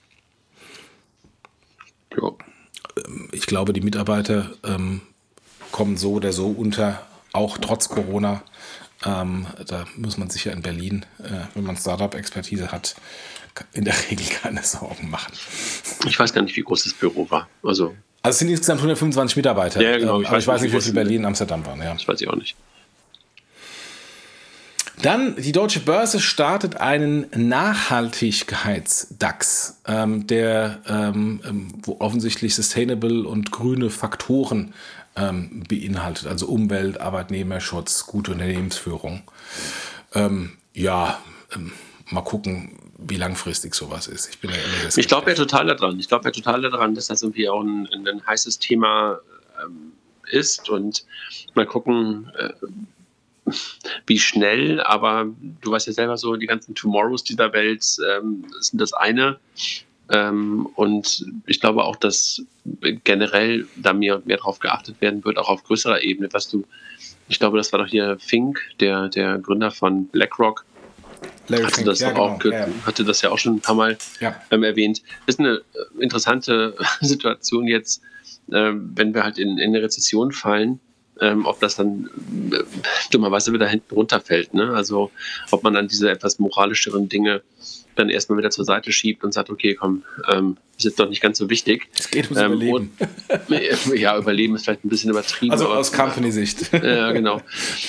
Ja. Ich glaube, die Mitarbeiter kommen so oder so unter, auch trotz Corona. Da muss man sich ja in Berlin, wenn man Startup-Expertise hat, in der Regel keine Sorgen machen. Ich weiß gar nicht, wie groß das Büro war. Also es sind insgesamt 125 Mitarbeiter. Ja, genau. Aber ich weiß nicht, wie viel Berlin und Amsterdam waren. Ja. Das weiß ich auch nicht. Dann, die Deutsche Börse startet einen Nachhaltigkeits-DAX, der wo offensichtlich sustainable und grüne Faktoren beinhaltet, also Umwelt, Arbeitnehmerschutz, gute Unternehmensführung. Mal gucken, wie langfristig sowas ist. Ich bin ja immer Ich glaube ja total daran. Dass das irgendwie auch ein heißes Thema ist und mal gucken, wie schnell, aber du weißt ja selber so, die ganzen Tomorrows dieser Welt sind das eine. Und ich glaube auch, dass generell da mehr und mehr drauf geachtet werden wird, auch auf größerer Ebene. Ich glaube, das war doch hier Fink, der Gründer von BlackRock, hatte das ja auch schon ein paar Mal erwähnt. Ist eine interessante Situation jetzt, wenn wir halt in eine Rezession fallen, ob das dann dummerweise wieder hinten runterfällt. Ne? Also ob man dann diese etwas moralischeren Dinge dann erstmal wieder zur Seite schiebt und sagt, okay, komm, ist jetzt doch nicht ganz so wichtig. Es geht ums Überleben. Überleben ist vielleicht ein bisschen übertrieben. Also aus Company-Sicht. Ja, genau.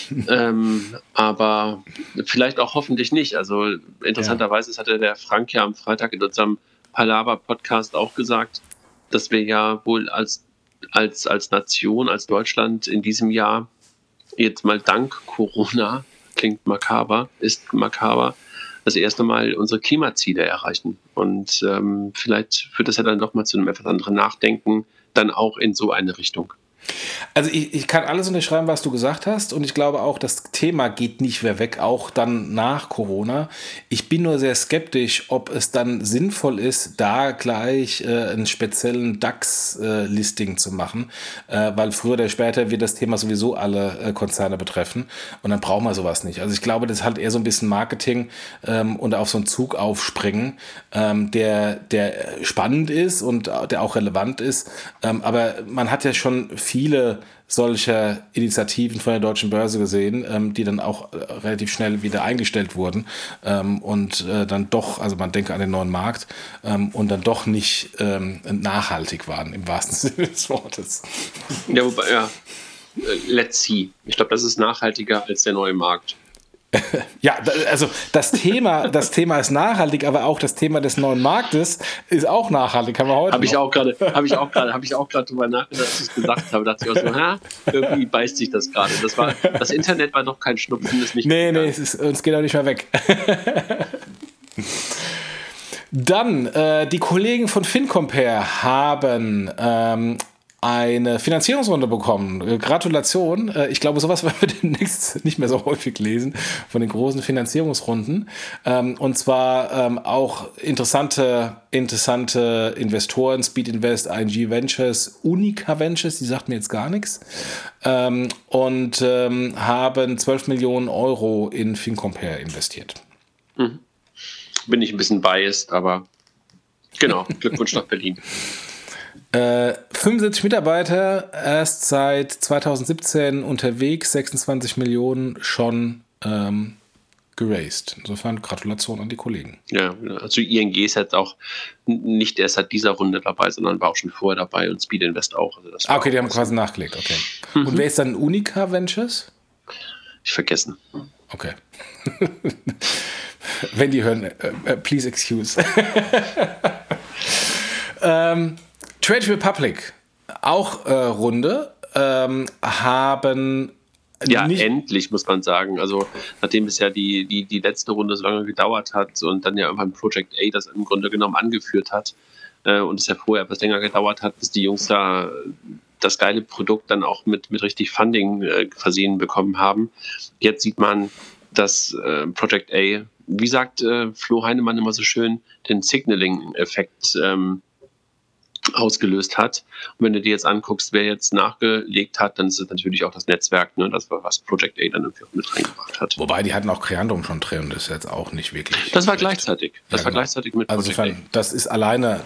Aber vielleicht auch hoffentlich nicht. Also interessanterweise, das hatte der Frank ja am Freitag in unserem Palaver-Podcast auch gesagt, dass wir ja wohl als Nation, als Deutschland in diesem Jahr jetzt mal dank Corona, ist makaber, das erste Mal unsere Klimaziele erreichen. Und vielleicht führt das ja dann doch mal zu einem etwas anderen Nachdenken, dann auch in so eine Richtung. Also ich kann alles unterschreiben, was du gesagt hast und ich glaube auch, das Thema geht nicht mehr weg, auch dann nach Corona. Ich bin nur sehr skeptisch, ob es dann sinnvoll ist, da gleich einen speziellen DAX-Listing zu machen, weil früher oder später wird das Thema sowieso alle Konzerne betreffen und dann brauchen wir sowas nicht. Also ich glaube, das ist halt eher so ein bisschen Marketing und auf so einen Zug aufspringen, der spannend ist und der auch relevant ist, aber man hat ja schon viele solcher Initiativen von der Deutschen Börse gesehen, die dann auch relativ schnell wieder eingestellt wurden und dann doch, also man denke an den neuen Markt und dann doch nicht nachhaltig waren, im wahrsten Sinne des Wortes. Ja, wobei, let's see. Ich glaube, das ist nachhaltiger als der neue Markt. Ja, also das Thema ist nachhaltig, aber auch das Thema des neuen Marktes ist auch nachhaltig. Habe ich auch gerade drüber nachgedacht, als ich es gesagt habe. Dachte ich auch so, irgendwie beißt sich das gerade. Das Internet war noch kein Schnupfen, ist nicht. Nee, es geht auch nicht mehr weg. Dann, die Kollegen von FinCompare haben eine Finanzierungsrunde bekommen. Gratulation. Ich glaube, sowas werden wir demnächst nicht mehr so häufig lesen von den großen Finanzierungsrunden. Und zwar auch interessante Investoren, Speed Invest, ING Ventures, Unica Ventures, die sagt mir jetzt gar nichts. Und haben 12 Millionen Euro in FinCompare investiert. Bin ich ein bisschen biased, aber genau, Glückwunsch nach Berlin. 75 Mitarbeiter, erst seit 2017 unterwegs, 26 Millionen schon geraced. Insofern Gratulation an die Kollegen. Ja, also ING ist jetzt auch nicht erst seit dieser Runde dabei, sondern war auch schon vorher dabei und Speed Invest auch. Also das okay, die haben quasi nachgelegt, okay. Und wer ist dann Unica Ventures? Ich vergessen. Okay. Wenn die hören, please excuse. Trade Republic, auch Runde, haben... Ja, endlich, muss man sagen. Also, nachdem es ja die letzte Runde so lange gedauert hat und dann ja irgendwann Project A das im Grunde genommen angeführt hat und es ja vorher etwas länger gedauert hat, bis die Jungs da das geile Produkt dann auch mit richtig Funding versehen bekommen haben. Jetzt sieht man, dass Project A, wie sagt Flo Heinemann immer so schön, den Signaling-Effekt ausgelöst hat. Und wenn du dir jetzt anguckst, wer jetzt nachgelegt hat, dann ist es natürlich auch das Netzwerk, ne, das war, was Project A dann irgendwie auch mit reingebracht hat. Wobei, die hatten auch Creandum schon drin und das ist jetzt auch nicht wirklich... Das war gleichzeitig. Das war gleichzeitig mit Project A. Das ist alleine,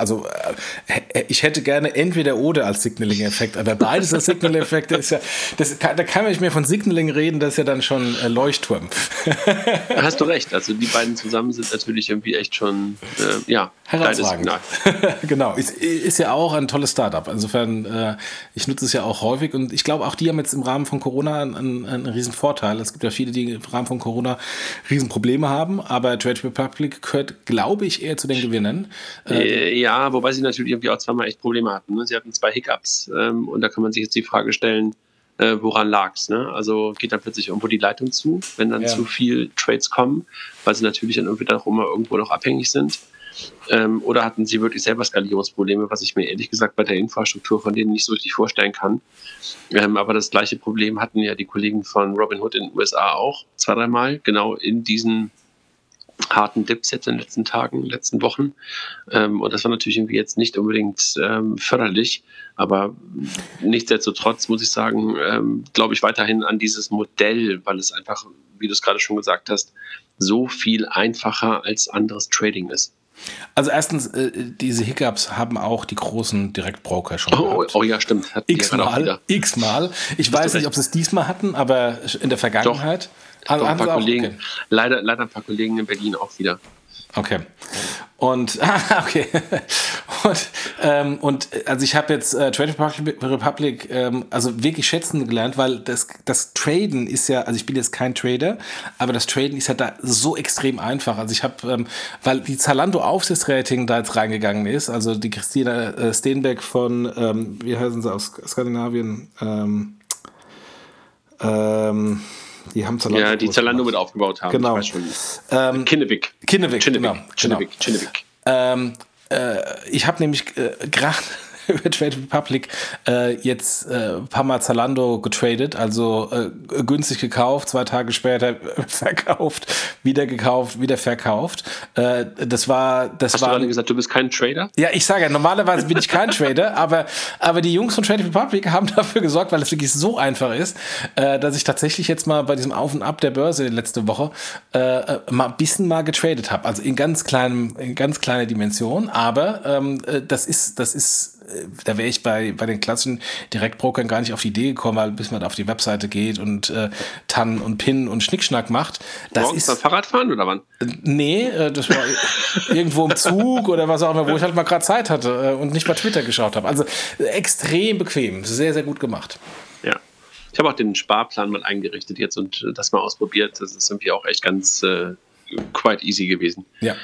ich hätte gerne entweder oder als Signaling-Effekt, aber beides als Signaling-Effekte ist ja, da kann man nicht mehr von Signaling reden, das ist ja dann schon Leuchtturm. Hast du recht, also die beiden zusammen sind natürlich irgendwie echt schon, herausragend. Genau, ist ja auch ein tolles Startup. Insofern, ich nutze es ja auch häufig und ich glaube, auch die haben jetzt im Rahmen von Corona einen riesen Vorteil. Es gibt ja viele, die im Rahmen von Corona riesen Probleme haben, aber Trade Republic gehört, glaube ich, eher zu den Gewinnern. Ja, wobei sie natürlich irgendwie auch zweimal echt Probleme hatten. Ne? Sie hatten 2 Hiccups und da kann man sich jetzt die Frage stellen, woran lag's? Ne? Also geht dann plötzlich irgendwo die Leitung zu, wenn dann zu viel Trades kommen, weil sie natürlich dann irgendwie auch immer irgendwo noch abhängig sind. Oder hatten sie wirklich selber Skalierungsprobleme, was ich mir ehrlich gesagt bei der Infrastruktur von denen nicht so richtig vorstellen kann. Aber das gleiche Problem hatten ja die Kollegen von Robinhood in den USA auch 2-3 Mal, genau in diesen harten Dips jetzt in den letzten Tagen, letzten Wochen. Und das war natürlich irgendwie jetzt nicht unbedingt förderlich, aber nichtsdestotrotz muss ich sagen, glaube ich weiterhin an dieses Modell, weil es einfach, wie du es gerade schon gesagt hast, so viel einfacher als anderes Trading ist. Also erstens, diese Hiccups haben auch die großen Direktbroker schon gehabt. Oh ja, stimmt. X-mal. Ich weiß nicht, ob sie es diesmal hatten, aber in der Vergangenheit. Doch, ein paar Kollegen, okay. Leider ein paar Kollegen in Berlin auch wieder. Okay. Und also ich habe jetzt Trade Republic also wirklich schätzen gelernt, weil das Traden ist ja, also ich bin jetzt kein Trader, aber das Traden ist ja da so extrem einfach. Also ich habe, weil die Zalando-Aufsichtsrätin da jetzt reingegangen ist, also die Christina Steenbeck von, wie heißen sie aus Skandinavien, die haben Zalando. Ja, die Zalando mit aufgebaut haben. Genau. Ich weiß schon. Kinnevik. Genau. Ich habe nämlich gerade über Trade Republic jetzt ein paar Mal Zalando getradet, also günstig gekauft, 2 Tage später verkauft, wieder gekauft, wieder verkauft. Hast du gerade gesagt, du bist kein Trader? Ja, ich sage ja, normalerweise bin ich kein Trader, aber die Jungs von Trade Republic haben dafür gesorgt, weil es wirklich so einfach ist, dass ich tatsächlich jetzt mal bei diesem Auf und Ab der Börse letzte Woche mal ein bisschen mal getradet habe. Also in ganz kleiner Dimension, aber das ist da wäre ich bei den klassischen Direktbrokern gar nicht auf die Idee gekommen, weil bis man da auf die Webseite geht und TAN und PIN und Schnickschnack macht. Das morgens beim Fahrradfahren oder wann? Nee, das war irgendwo im Zug oder was auch immer, wo ich halt mal gerade Zeit hatte und nicht bei Twitter geschaut habe. Also extrem bequem, sehr, sehr gut gemacht. Ja. Ich habe auch den Sparplan mal eingerichtet jetzt und das mal ausprobiert. Das ist irgendwie auch echt ganz quite easy gewesen. Ja.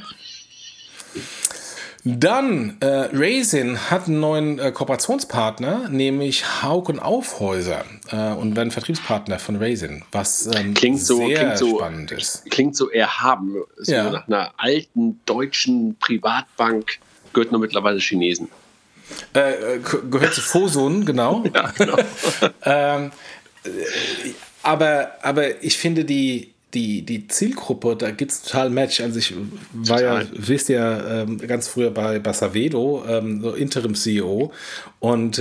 Dann, Raisin hat einen neuen Kooperationspartner, nämlich Hauck & Aufhäuser und werden Vertriebspartner von Raisin, was sehr spannend ist. Klingt so erhaben, so nach einer alten deutschen Privatbank, gehört nur mittlerweile Chinesen. Gehört zu Fosun, genau. Ja, genau. Aber ich finde die Zielgruppe, da gibt es total Match. Also ich war wisst ihr, ganz früher bei Savedo, so Interim-CEO und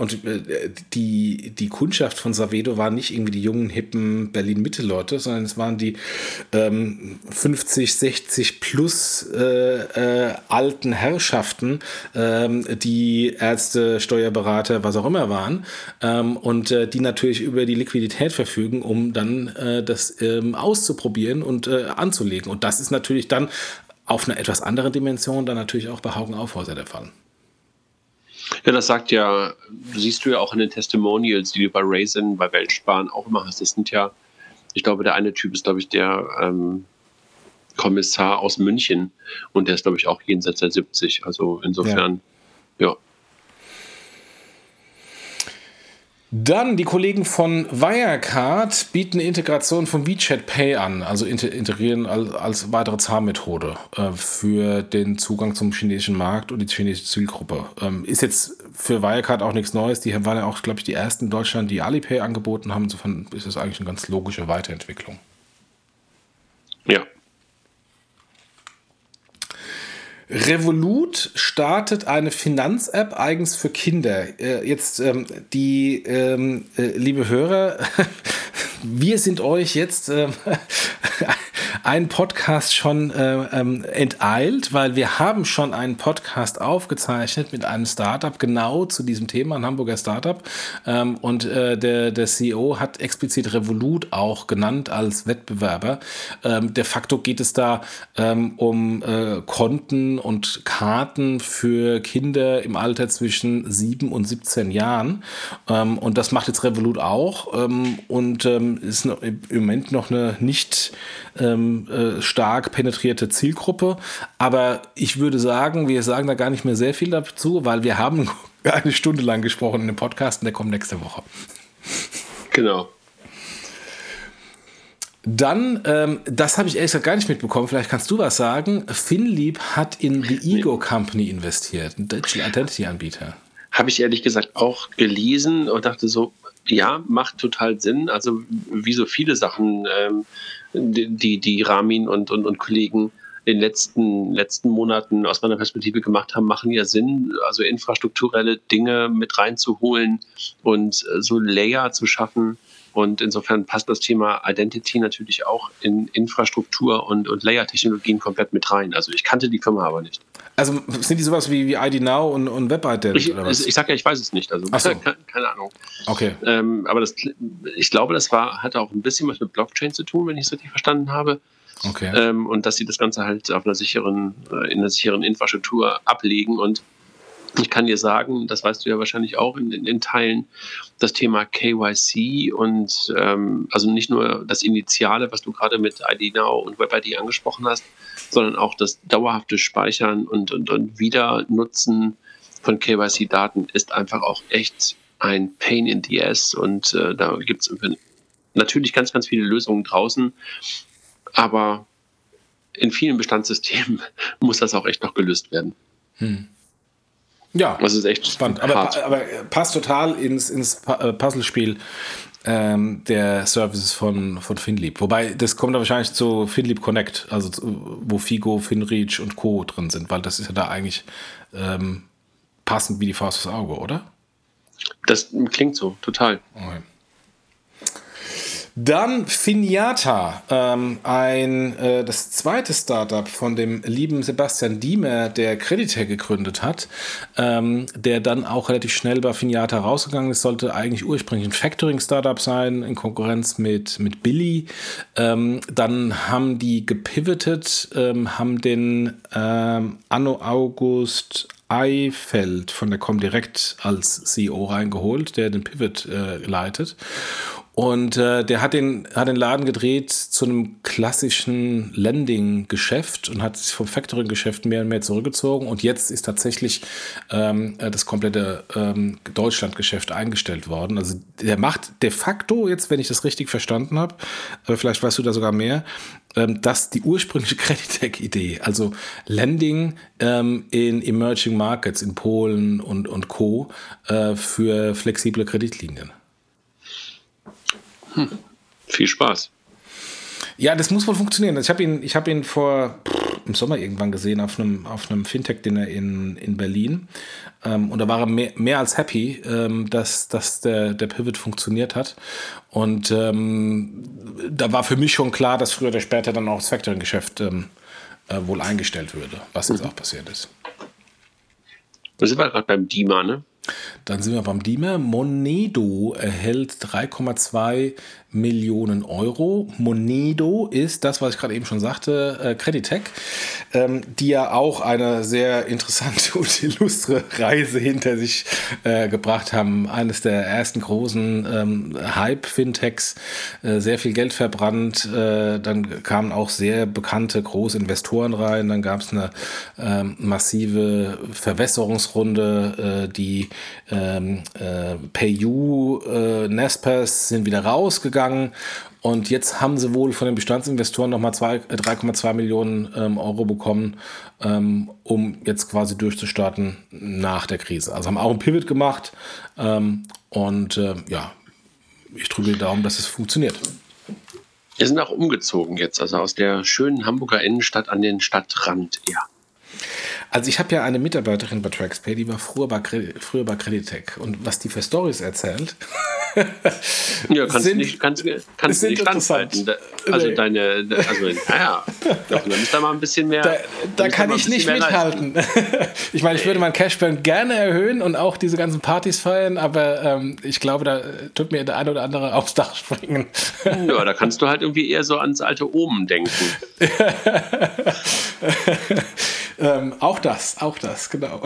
die Kundschaft von Savedo waren nicht irgendwie die jungen, hippen Berlin-Mitte-Leute, sondern es waren die 50, 60 plus alten Herrschaften, die Ärzte, Steuerberater, was auch immer waren und die natürlich über die Liquidität verfügen, um dann das auszuprobieren und anzulegen. Und das ist natürlich dann auf einer etwas anderen Dimension dann natürlich auch bei Hauck & Aufhäuser der Fall. Ja, das siehst du ja auch in den Testimonials, die du bei Raisin, bei Weltsparen auch immer hast. Das sind ja, ich glaube, der eine Typ ist, glaube ich, der Kommissar aus München und der ist, glaube ich, auch jenseits der 70. Also insofern, ja. Dann die Kollegen von Wirecard bieten eine Integration von WeChat Pay an, also integrieren als weitere Zahlmethode für den Zugang zum chinesischen Markt und die chinesische Zielgruppe. Ist jetzt für Wirecard auch nichts Neues. Die waren ja auch, glaube ich, die ersten in Deutschland, die Alipay angeboten haben. Insofern ist das eigentlich eine ganz logische Weiterentwicklung. Ja. Revolut startet eine Finanz-App eigens für Kinder. Liebe Hörer, wir sind euch jetzt einen Podcast schon enteilt, weil wir haben schon einen Podcast aufgezeichnet mit einem Startup genau zu diesem Thema, ein Hamburger Startup. Und der CEO hat explizit Revolut auch genannt als Wettbewerber. De facto geht es da um Konten und Karten für Kinder im Alter zwischen 7 und 17 Jahren. Und das macht jetzt Revolut auch und ist im Moment noch eine nicht stark penetrierte Zielgruppe. Aber ich würde sagen, wir sagen da gar nicht mehr sehr viel dazu, weil wir haben eine Stunde lang gesprochen in dem Podcast und der kommt nächste Woche. Genau. Dann, das habe ich ehrlich gesagt gar nicht mitbekommen, vielleicht kannst du was sagen. Finlieb hat in The Ego Company investiert, ein Digital Identity-Anbieter. Habe ich ehrlich gesagt auch gelesen und dachte so, ja, macht total Sinn. Also wie so viele Sachen, die Ramin und Kollegen in den letzten Monaten aus meiner Perspektive gemacht haben, machen ja Sinn, also infrastrukturelle Dinge mit reinzuholen und so Layer zu schaffen. Und insofern passt das Thema Identity natürlich auch in Infrastruktur und Layer-Technologien komplett mit rein. Also ich kannte die Firma aber nicht. Also sind die sowas wie ID Now und WebIdent oder was? Ich sage ja, ich weiß es nicht. Also so. keine Ahnung. Okay. Aber ich glaube, das hatte auch ein bisschen was mit Blockchain zu tun, wenn ich es richtig verstanden habe. Okay. Und dass sie das Ganze halt auf in einer sicheren Infrastruktur ablegen. Und ich kann dir sagen, das weißt du ja wahrscheinlich auch in Teilen, das Thema KYC und also nicht nur das Initiale, was du gerade mit ID Now und WebID angesprochen hast, sondern auch das dauerhafte Speichern und Wiedernutzen von KYC-Daten ist einfach auch echt ein Pain in the ass. Und da gibt es natürlich ganz, ganz viele Lösungen draußen, aber in vielen Bestandssystemen muss das auch echt noch gelöst werden. Ja, das ist echt spannend. Aber passt total ins Puzzlespiel der Services von Finlieb. Wobei, das kommt da wahrscheinlich zu Finlieb Connect, also wo Figo, Finreach und Co. drin sind, weil das ist ja da eigentlich passend wie die Faust aufs Auge, oder? Das klingt so, total. Okay. Dann Finiata, das zweite Startup von dem lieben Sebastian Diemer, der Creditec gegründet hat, der dann auch relativ schnell bei Finiata rausgegangen ist, sollte eigentlich ursprünglich ein Factoring-Startup sein, in Konkurrenz mit Billy. Dann haben die gepivotet, haben den Anno August Eifeld von der Comdirect als CEO reingeholt, der den Pivot leitet. Und der hat den Laden gedreht zu einem klassischen Lending-Geschäft und hat sich vom Factoring-Geschäft mehr und mehr zurückgezogen. Und jetzt ist tatsächlich das komplette Deutschland-Geschäft eingestellt worden. Also der macht de facto, jetzt, wenn ich das richtig verstanden habe, vielleicht weißt du da sogar mehr, dass die ursprüngliche Creditec-Idee, also Lending in Emerging Markets, in Polen und Co. Für flexible Kreditlinien. Viel Spaß. Ja, das muss wohl funktionieren. Ich hab ihn im Sommer irgendwann gesehen auf einem Fintech-Dinner in Berlin. Und da war er mehr als happy, dass der Pivot funktioniert hat. Und da war für mich schon klar, dass früher oder später dann auch das Factoring-Geschäft wohl eingestellt würde, was jetzt auch passiert ist. Da sind wir gerade beim DiMa, ne? Dann sind wir beim DiMa. Monedo erhält 3,2 Millionen Euro. Monedo ist das, was ich gerade eben schon sagte, Creditec, die ja auch eine sehr interessante und illustre Reise hinter sich gebracht haben. Eines der ersten großen Hype-Fintechs, sehr viel Geld verbrannt. Dann kamen auch sehr bekannte große Investoren rein. Dann gab es eine massive Verwässerungsrunde. Die PayU, Naspers sind wieder rausgegangen und jetzt haben sie wohl von den Bestandsinvestoren nochmal 3,2 Millionen Euro bekommen, um jetzt quasi durchzustarten nach der Krise. Also haben auch einen Pivot gemacht und ich drücke die Daumen, dass es funktioniert. Wir sind auch umgezogen jetzt, also aus der schönen Hamburger Innenstadt an den Stadtrand, ja. Also ich habe ja eine Mitarbeiterin bei TraxPay, die war früher bei Creditec. Und was die für Stories erzählt, ja, kannst du nicht standhalten. Also doch, dann ist da mal ein bisschen mehr. Da kann ich nicht mithalten. Ich meine, ich würde meinen Cashburn gerne erhöhen und auch diese ganzen Partys feiern, aber ich glaube, da tut mir der eine oder andere aufs Dach springen. Ja, da kannst du halt irgendwie eher so ans alte Omen denken. Auch das, genau.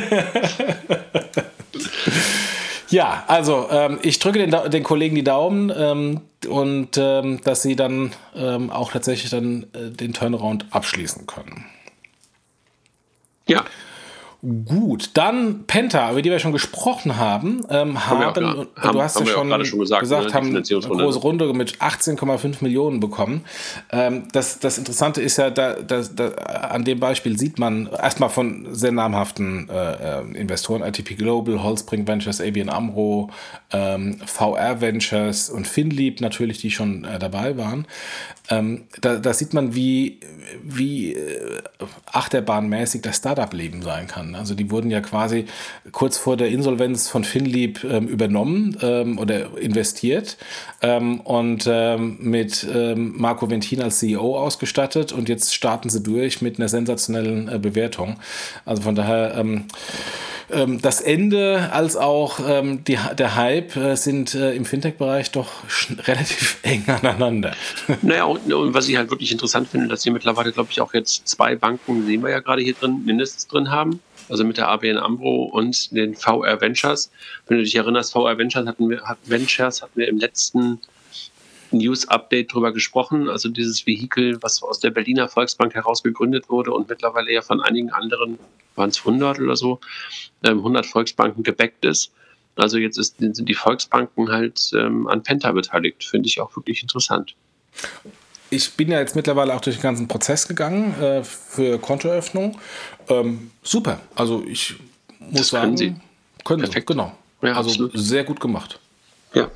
Ja, also ich drücke den Kollegen die Daumen und dass sie dann auch tatsächlich dann den Turnaround abschließen können. Ja. Gut, dann Penta, über die wir schon gesprochen haben, du hast ja schon gesagt, haben eine große Runde mit 18,5 Millionen bekommen. Das Interessante ist ja, an dem Beispiel sieht man erstmal von sehr namhaften Investoren, ITP Global, Holzbrink Ventures, ABN AMRO, VR Ventures und Finlieb natürlich, die schon dabei waren. Da sieht man, wie achterbahnmäßig das Startup-Leben sein kann. Also die wurden ja quasi kurz vor der Insolvenz von Finlieb übernommen oder investiert und mit Marco Ventin als CEO ausgestattet und jetzt starten sie durch mit einer sensationellen Bewertung. Also von daher das Ende als auch der Hype sind im Fintech-Bereich doch relativ eng aneinander. Naja, und was ich halt wirklich interessant finde, dass sie mittlerweile, glaube ich, auch jetzt 2 Banken, sehen wir ja gerade hier drin, mindestens drin haben. Also mit der ABN AMRO und den VR Ventures. Wenn du dich erinnerst, VR Ventures hatten wir im letzten News-Update drüber gesprochen. Also dieses Vehikel, was aus der Berliner Volksbank heraus gegründet wurde und mittlerweile ja von einigen anderen, waren es 100 oder so, 100 Volksbanken gebackt ist. Also jetzt sind die Volksbanken halt an Penta beteiligt. Finde ich auch wirklich interessant. Ich bin ja jetzt mittlerweile auch durch den ganzen Prozess gegangen für Kontoeröffnung. Super. Also ich muss sagen, können Sie. Genau. Ja, also absolut. Sehr gut gemacht. Ja.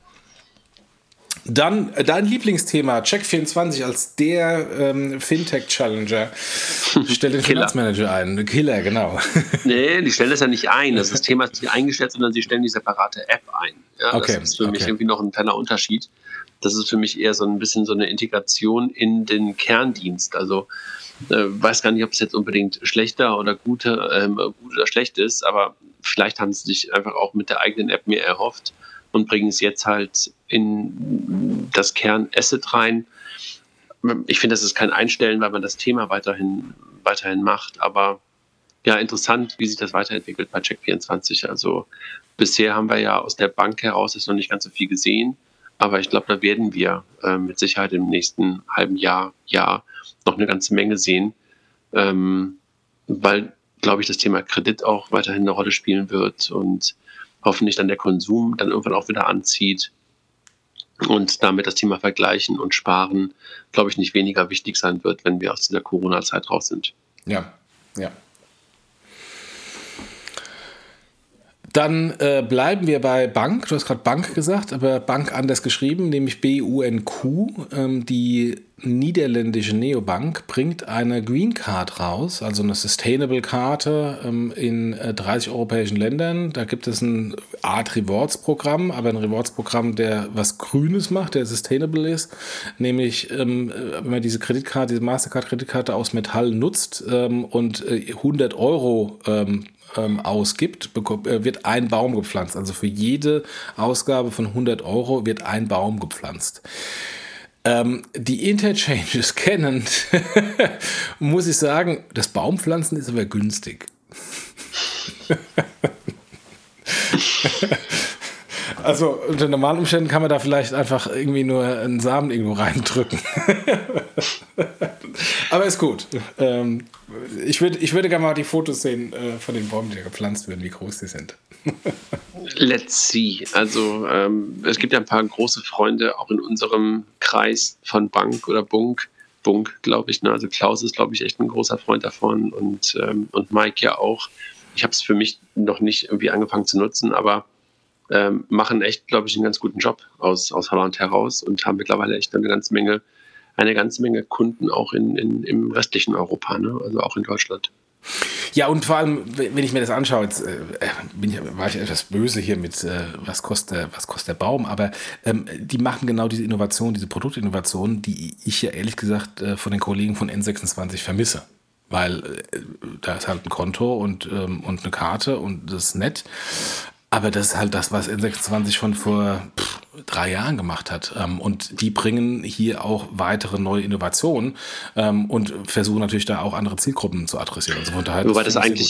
Dann dein Lieblingsthema, Check24 als der Fintech-Challenger stellt den Finanzmanager ein. Killer, genau. Nee, die stellen das ja nicht ein. Das Thema ist nicht eingestellt, sondern sie stellen die separate App ein. Ja, okay, das ist für mich irgendwie noch ein kleiner Unterschied. Das ist für mich eher so ein bisschen so eine Integration in den Kerndienst. Also weiß gar nicht, ob es jetzt unbedingt schlechter oder gut oder schlecht ist, aber vielleicht haben sie sich einfach auch mit der eigenen App mehr erhofft und bringen es jetzt halt in das Kernasset rein. Ich finde, das ist kein Einstellen, weil man das Thema weiterhin macht, aber ja, interessant, wie sich das weiterentwickelt bei Check24. Also bisher haben wir ja aus der Bank heraus ist noch nicht ganz so viel gesehen, aber ich glaube, da werden wir mit Sicherheit im nächsten halben Jahr noch eine ganze Menge sehen, weil, glaube ich, das Thema Kredit auch weiterhin eine Rolle spielen wird und hoffentlich dann der Konsum dann irgendwann auch wieder anzieht und damit das Thema Vergleichen und Sparen, glaube ich, nicht weniger wichtig sein wird, wenn wir aus dieser Corona-Zeit raus sind. Ja. Dann bleiben wir bei Bank. Du hast gerade Bank gesagt, aber Bank anders geschrieben, nämlich BUNQ. Die niederländische Neobank bringt eine Green Card raus, also eine Sustainable-Karte in 30 europäischen Ländern. Da gibt es eine Art Rewards-Programm, aber ein Rewards-Programm, der was Grünes macht, der sustainable ist. Nämlich, wenn man diese Kreditkarte, diese Mastercard-Kreditkarte aus Metall nutzt und 100 Euro ausgibt, wird ein Baum gepflanzt. Also für jede Ausgabe von 100 Euro wird ein Baum gepflanzt. Die Interchanges kennend, muss ich sagen, das Baumpflanzen ist aber günstig. Also unter normalen Umständen kann man da vielleicht einfach irgendwie nur einen Samen irgendwo reindrücken. Aber ist gut. Ich würde gerne mal die Fotos sehen von den Bäumen, die da gepflanzt werden, wie groß die sind. Let's see. Also es gibt ja ein paar große Freunde auch in unserem Kreis von Bank oder Bunk, glaube ich. Ne? Also Klaus ist, glaube ich, echt ein großer Freund davon und Mike ja auch. Ich habe es für mich noch nicht irgendwie angefangen zu nutzen, aber machen echt, glaube ich, einen ganz guten Job aus Holland heraus und haben mittlerweile echt eine ganze Menge Kunden auch im restlichen Europa, ne? Also auch in Deutschland. Ja, und vor allem, wenn ich mir das anschaue, jetzt war ich etwas böse hier mit, was kostet der Baum, aber die machen genau diese Innovation, diese Produktinnovation, die ich ja ehrlich gesagt von den Kollegen von N26 vermisse. Weil da ist halt ein Konto und eine Karte und das ist nett. Aber das ist halt das, was N26 schon vor 3 Jahren gemacht hat. Und die bringen hier auch weitere neue Innovationen und versuchen natürlich da auch andere Zielgruppen zu adressieren. Also von daher, die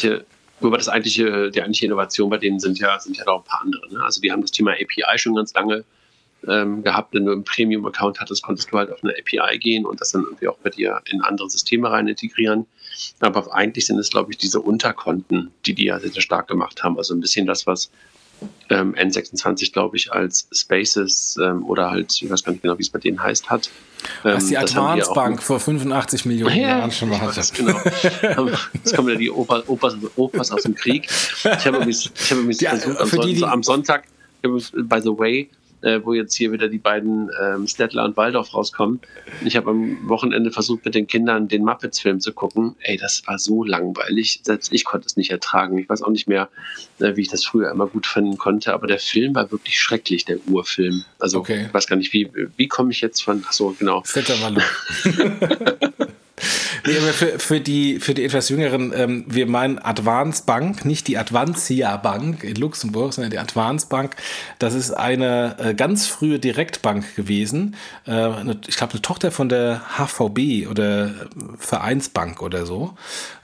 eigentliche Innovation bei denen sind ja noch ein paar andere. Ne? Also die haben das Thema API schon ganz lange gehabt. Wenn du einen Premium-Account hattest, konntest du halt auf eine API gehen und das dann irgendwie auch bei dir in andere Systeme rein integrieren. Aber eigentlich sind es, glaube ich, diese Unterkonten, die ja sehr, sehr stark gemacht haben. Also ein bisschen das, was N26, glaube ich, als Spaces oder halt, ich weiß gar nicht genau, wie es bei denen heißt, hat. Was die Advance Bank vor 85 Millionen Jahren schon mal hatte. Genau. Jetzt kommen ja die Opas aus dem Krieg. Ich habe mich versucht, am Sonntag, by the way, wo jetzt hier wieder die beiden Stettler und Waldorf rauskommen. Ich habe am Wochenende versucht, mit den Kindern den Muppets-Film zu gucken. Ey, das war so langweilig. Selbst ich konnte es nicht ertragen. Ich weiß auch nicht mehr, wie ich das früher immer gut finden konnte, aber der Film war wirklich schrecklich, der Urfilm. Also, okay. Ich weiß gar nicht, wie komme ich jetzt von, achso, genau. Stettler Waldorf. Nee, aber für die etwas Jüngeren, wir meinen Advance Bank, nicht die Advancia Bank in Luxemburg, sondern die Advance Bank. Das ist eine ganz frühe Direktbank gewesen. Ich glaube, eine Tochter von der HVB oder Vereinsbank oder so.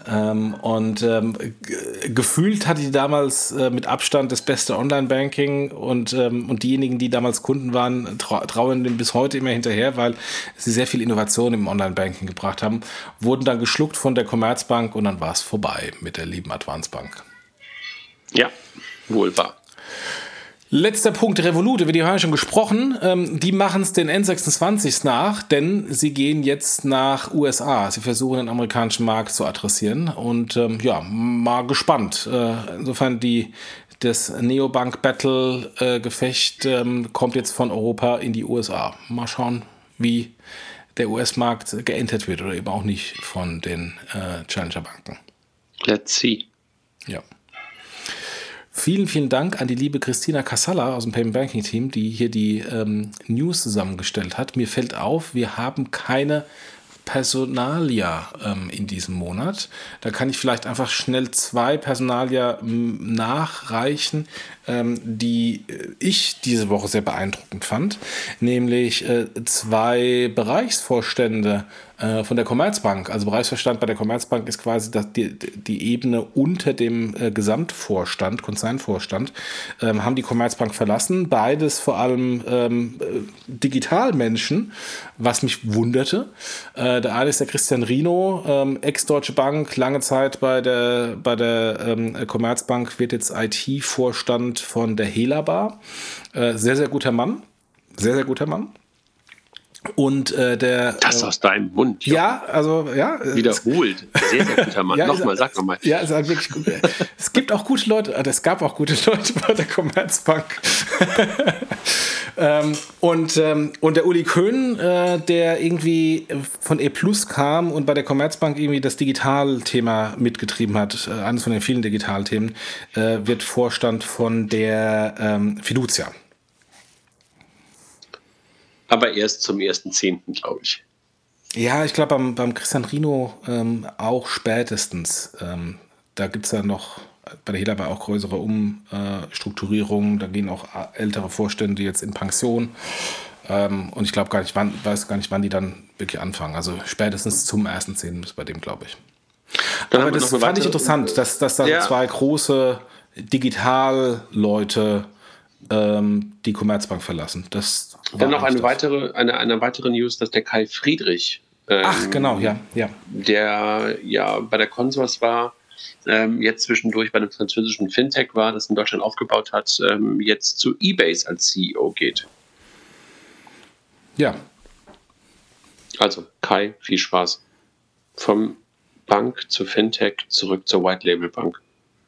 Gefühlt hatte die damals mit Abstand das beste Online-Banking und diejenigen, die damals Kunden waren, trauen dem bis heute immer hinterher, weil sie sehr viel Innovation im Online-Banking gebracht haben, wurden dann geschluckt von der Commerzbank und dann war es vorbei mit der lieben Advance Bank. Ja, wohl wahr. Letzter Punkt, Revolut, über die haben wir schon gesprochen. Die machen es den N26 nach, denn sie gehen jetzt nach USA. Sie versuchen den amerikanischen Markt zu adressieren und mal gespannt. Insofern das Neobank-Battle-Gefecht kommt jetzt von Europa in die USA. Mal schauen, wie der US-Markt geentert wird oder eben auch nicht von den Challenger-Banken. Let's see. Ja. Vielen, vielen Dank an die liebe Christina Casalla aus dem Payment Banking Team, die hier die News zusammengestellt hat. Mir fällt auf, wir haben keine Personalia in diesem Monat. Da kann ich vielleicht einfach schnell 2 Personalia nachreichen. die ich diese Woche sehr beeindruckend fand, nämlich 2 Bereichsvorstände von der Commerzbank. Also Bereichsvorstand bei der Commerzbank ist quasi die Ebene unter dem Gesamtvorstand, Konzernvorstand, haben die Commerzbank verlassen. Beides vor allem Digitalmenschen, was mich wunderte. Der eine ist der Christian Rino, Ex-Deutsche Bank, lange Zeit bei der Commerzbank, wird jetzt IT-Vorstand von der Helabar. Sehr, sehr guter Mann. Sehr, sehr guter Mann. Und das aus deinem Mund. Ja, also ja. Wiederholt. Sehr, sehr guter Mann. Ja, sag nochmal. Ja, ist wirklich gut. Es gibt auch gute Leute, es gab auch gute Leute bei der Commerzbank. Und der Uli Köhn, der irgendwie von E+ kam und bei der Commerzbank irgendwie das Digitalthema mitgetrieben hat, eines von den vielen Digitalthemen, wird Vorstand von der Fiducia. Aber erst zum 1.10., glaube ich. Ja, ich glaube beim Christian Rino auch spätestens. Da gibt es ja noch bei der Helabar auch größere Umstrukturierungen. Da gehen auch ältere Vorstände jetzt in Pension. Und ich glaube weiß gar nicht, wann die dann wirklich anfangen. Also spätestens zum 1.10. ist bei dem, glaube ich. Aber das fand ich interessant, dass da 2 große Digitalleute die Commerzbank verlassen. Dann noch eine weitere News, dass der Kai Friedrich, genau, ja. der ja bei der Consors war, jetzt zwischendurch bei einem französischen Fintech war, das in Deutschland aufgebaut hat, jetzt zu eBay als CEO geht. Ja. Also Kai, viel Spaß. Vom Bank zu Fintech zurück zur White Label Bank.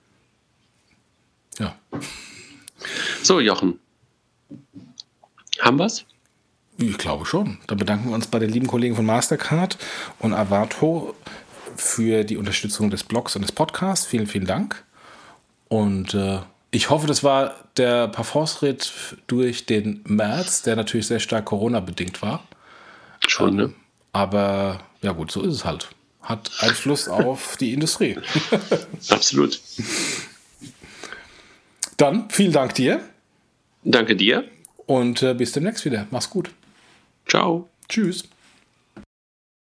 Ja. So, Jochen. Haben wir's? Ich glaube schon. Dann bedanken wir uns bei den lieben Kollegen von Mastercard und Avato für die Unterstützung des Blogs und des Podcasts. Vielen, vielen Dank. Und ich hoffe, das war der Parforce-Ritt durch den März, der natürlich sehr stark Corona-bedingt war. Schon, ne? Aber ja gut, so ist es halt. Hat Einfluss auf die Industrie. Absolut. Dann vielen Dank dir. Danke dir. Und bis demnächst wieder. Mach's gut. Ciao. Tschüss.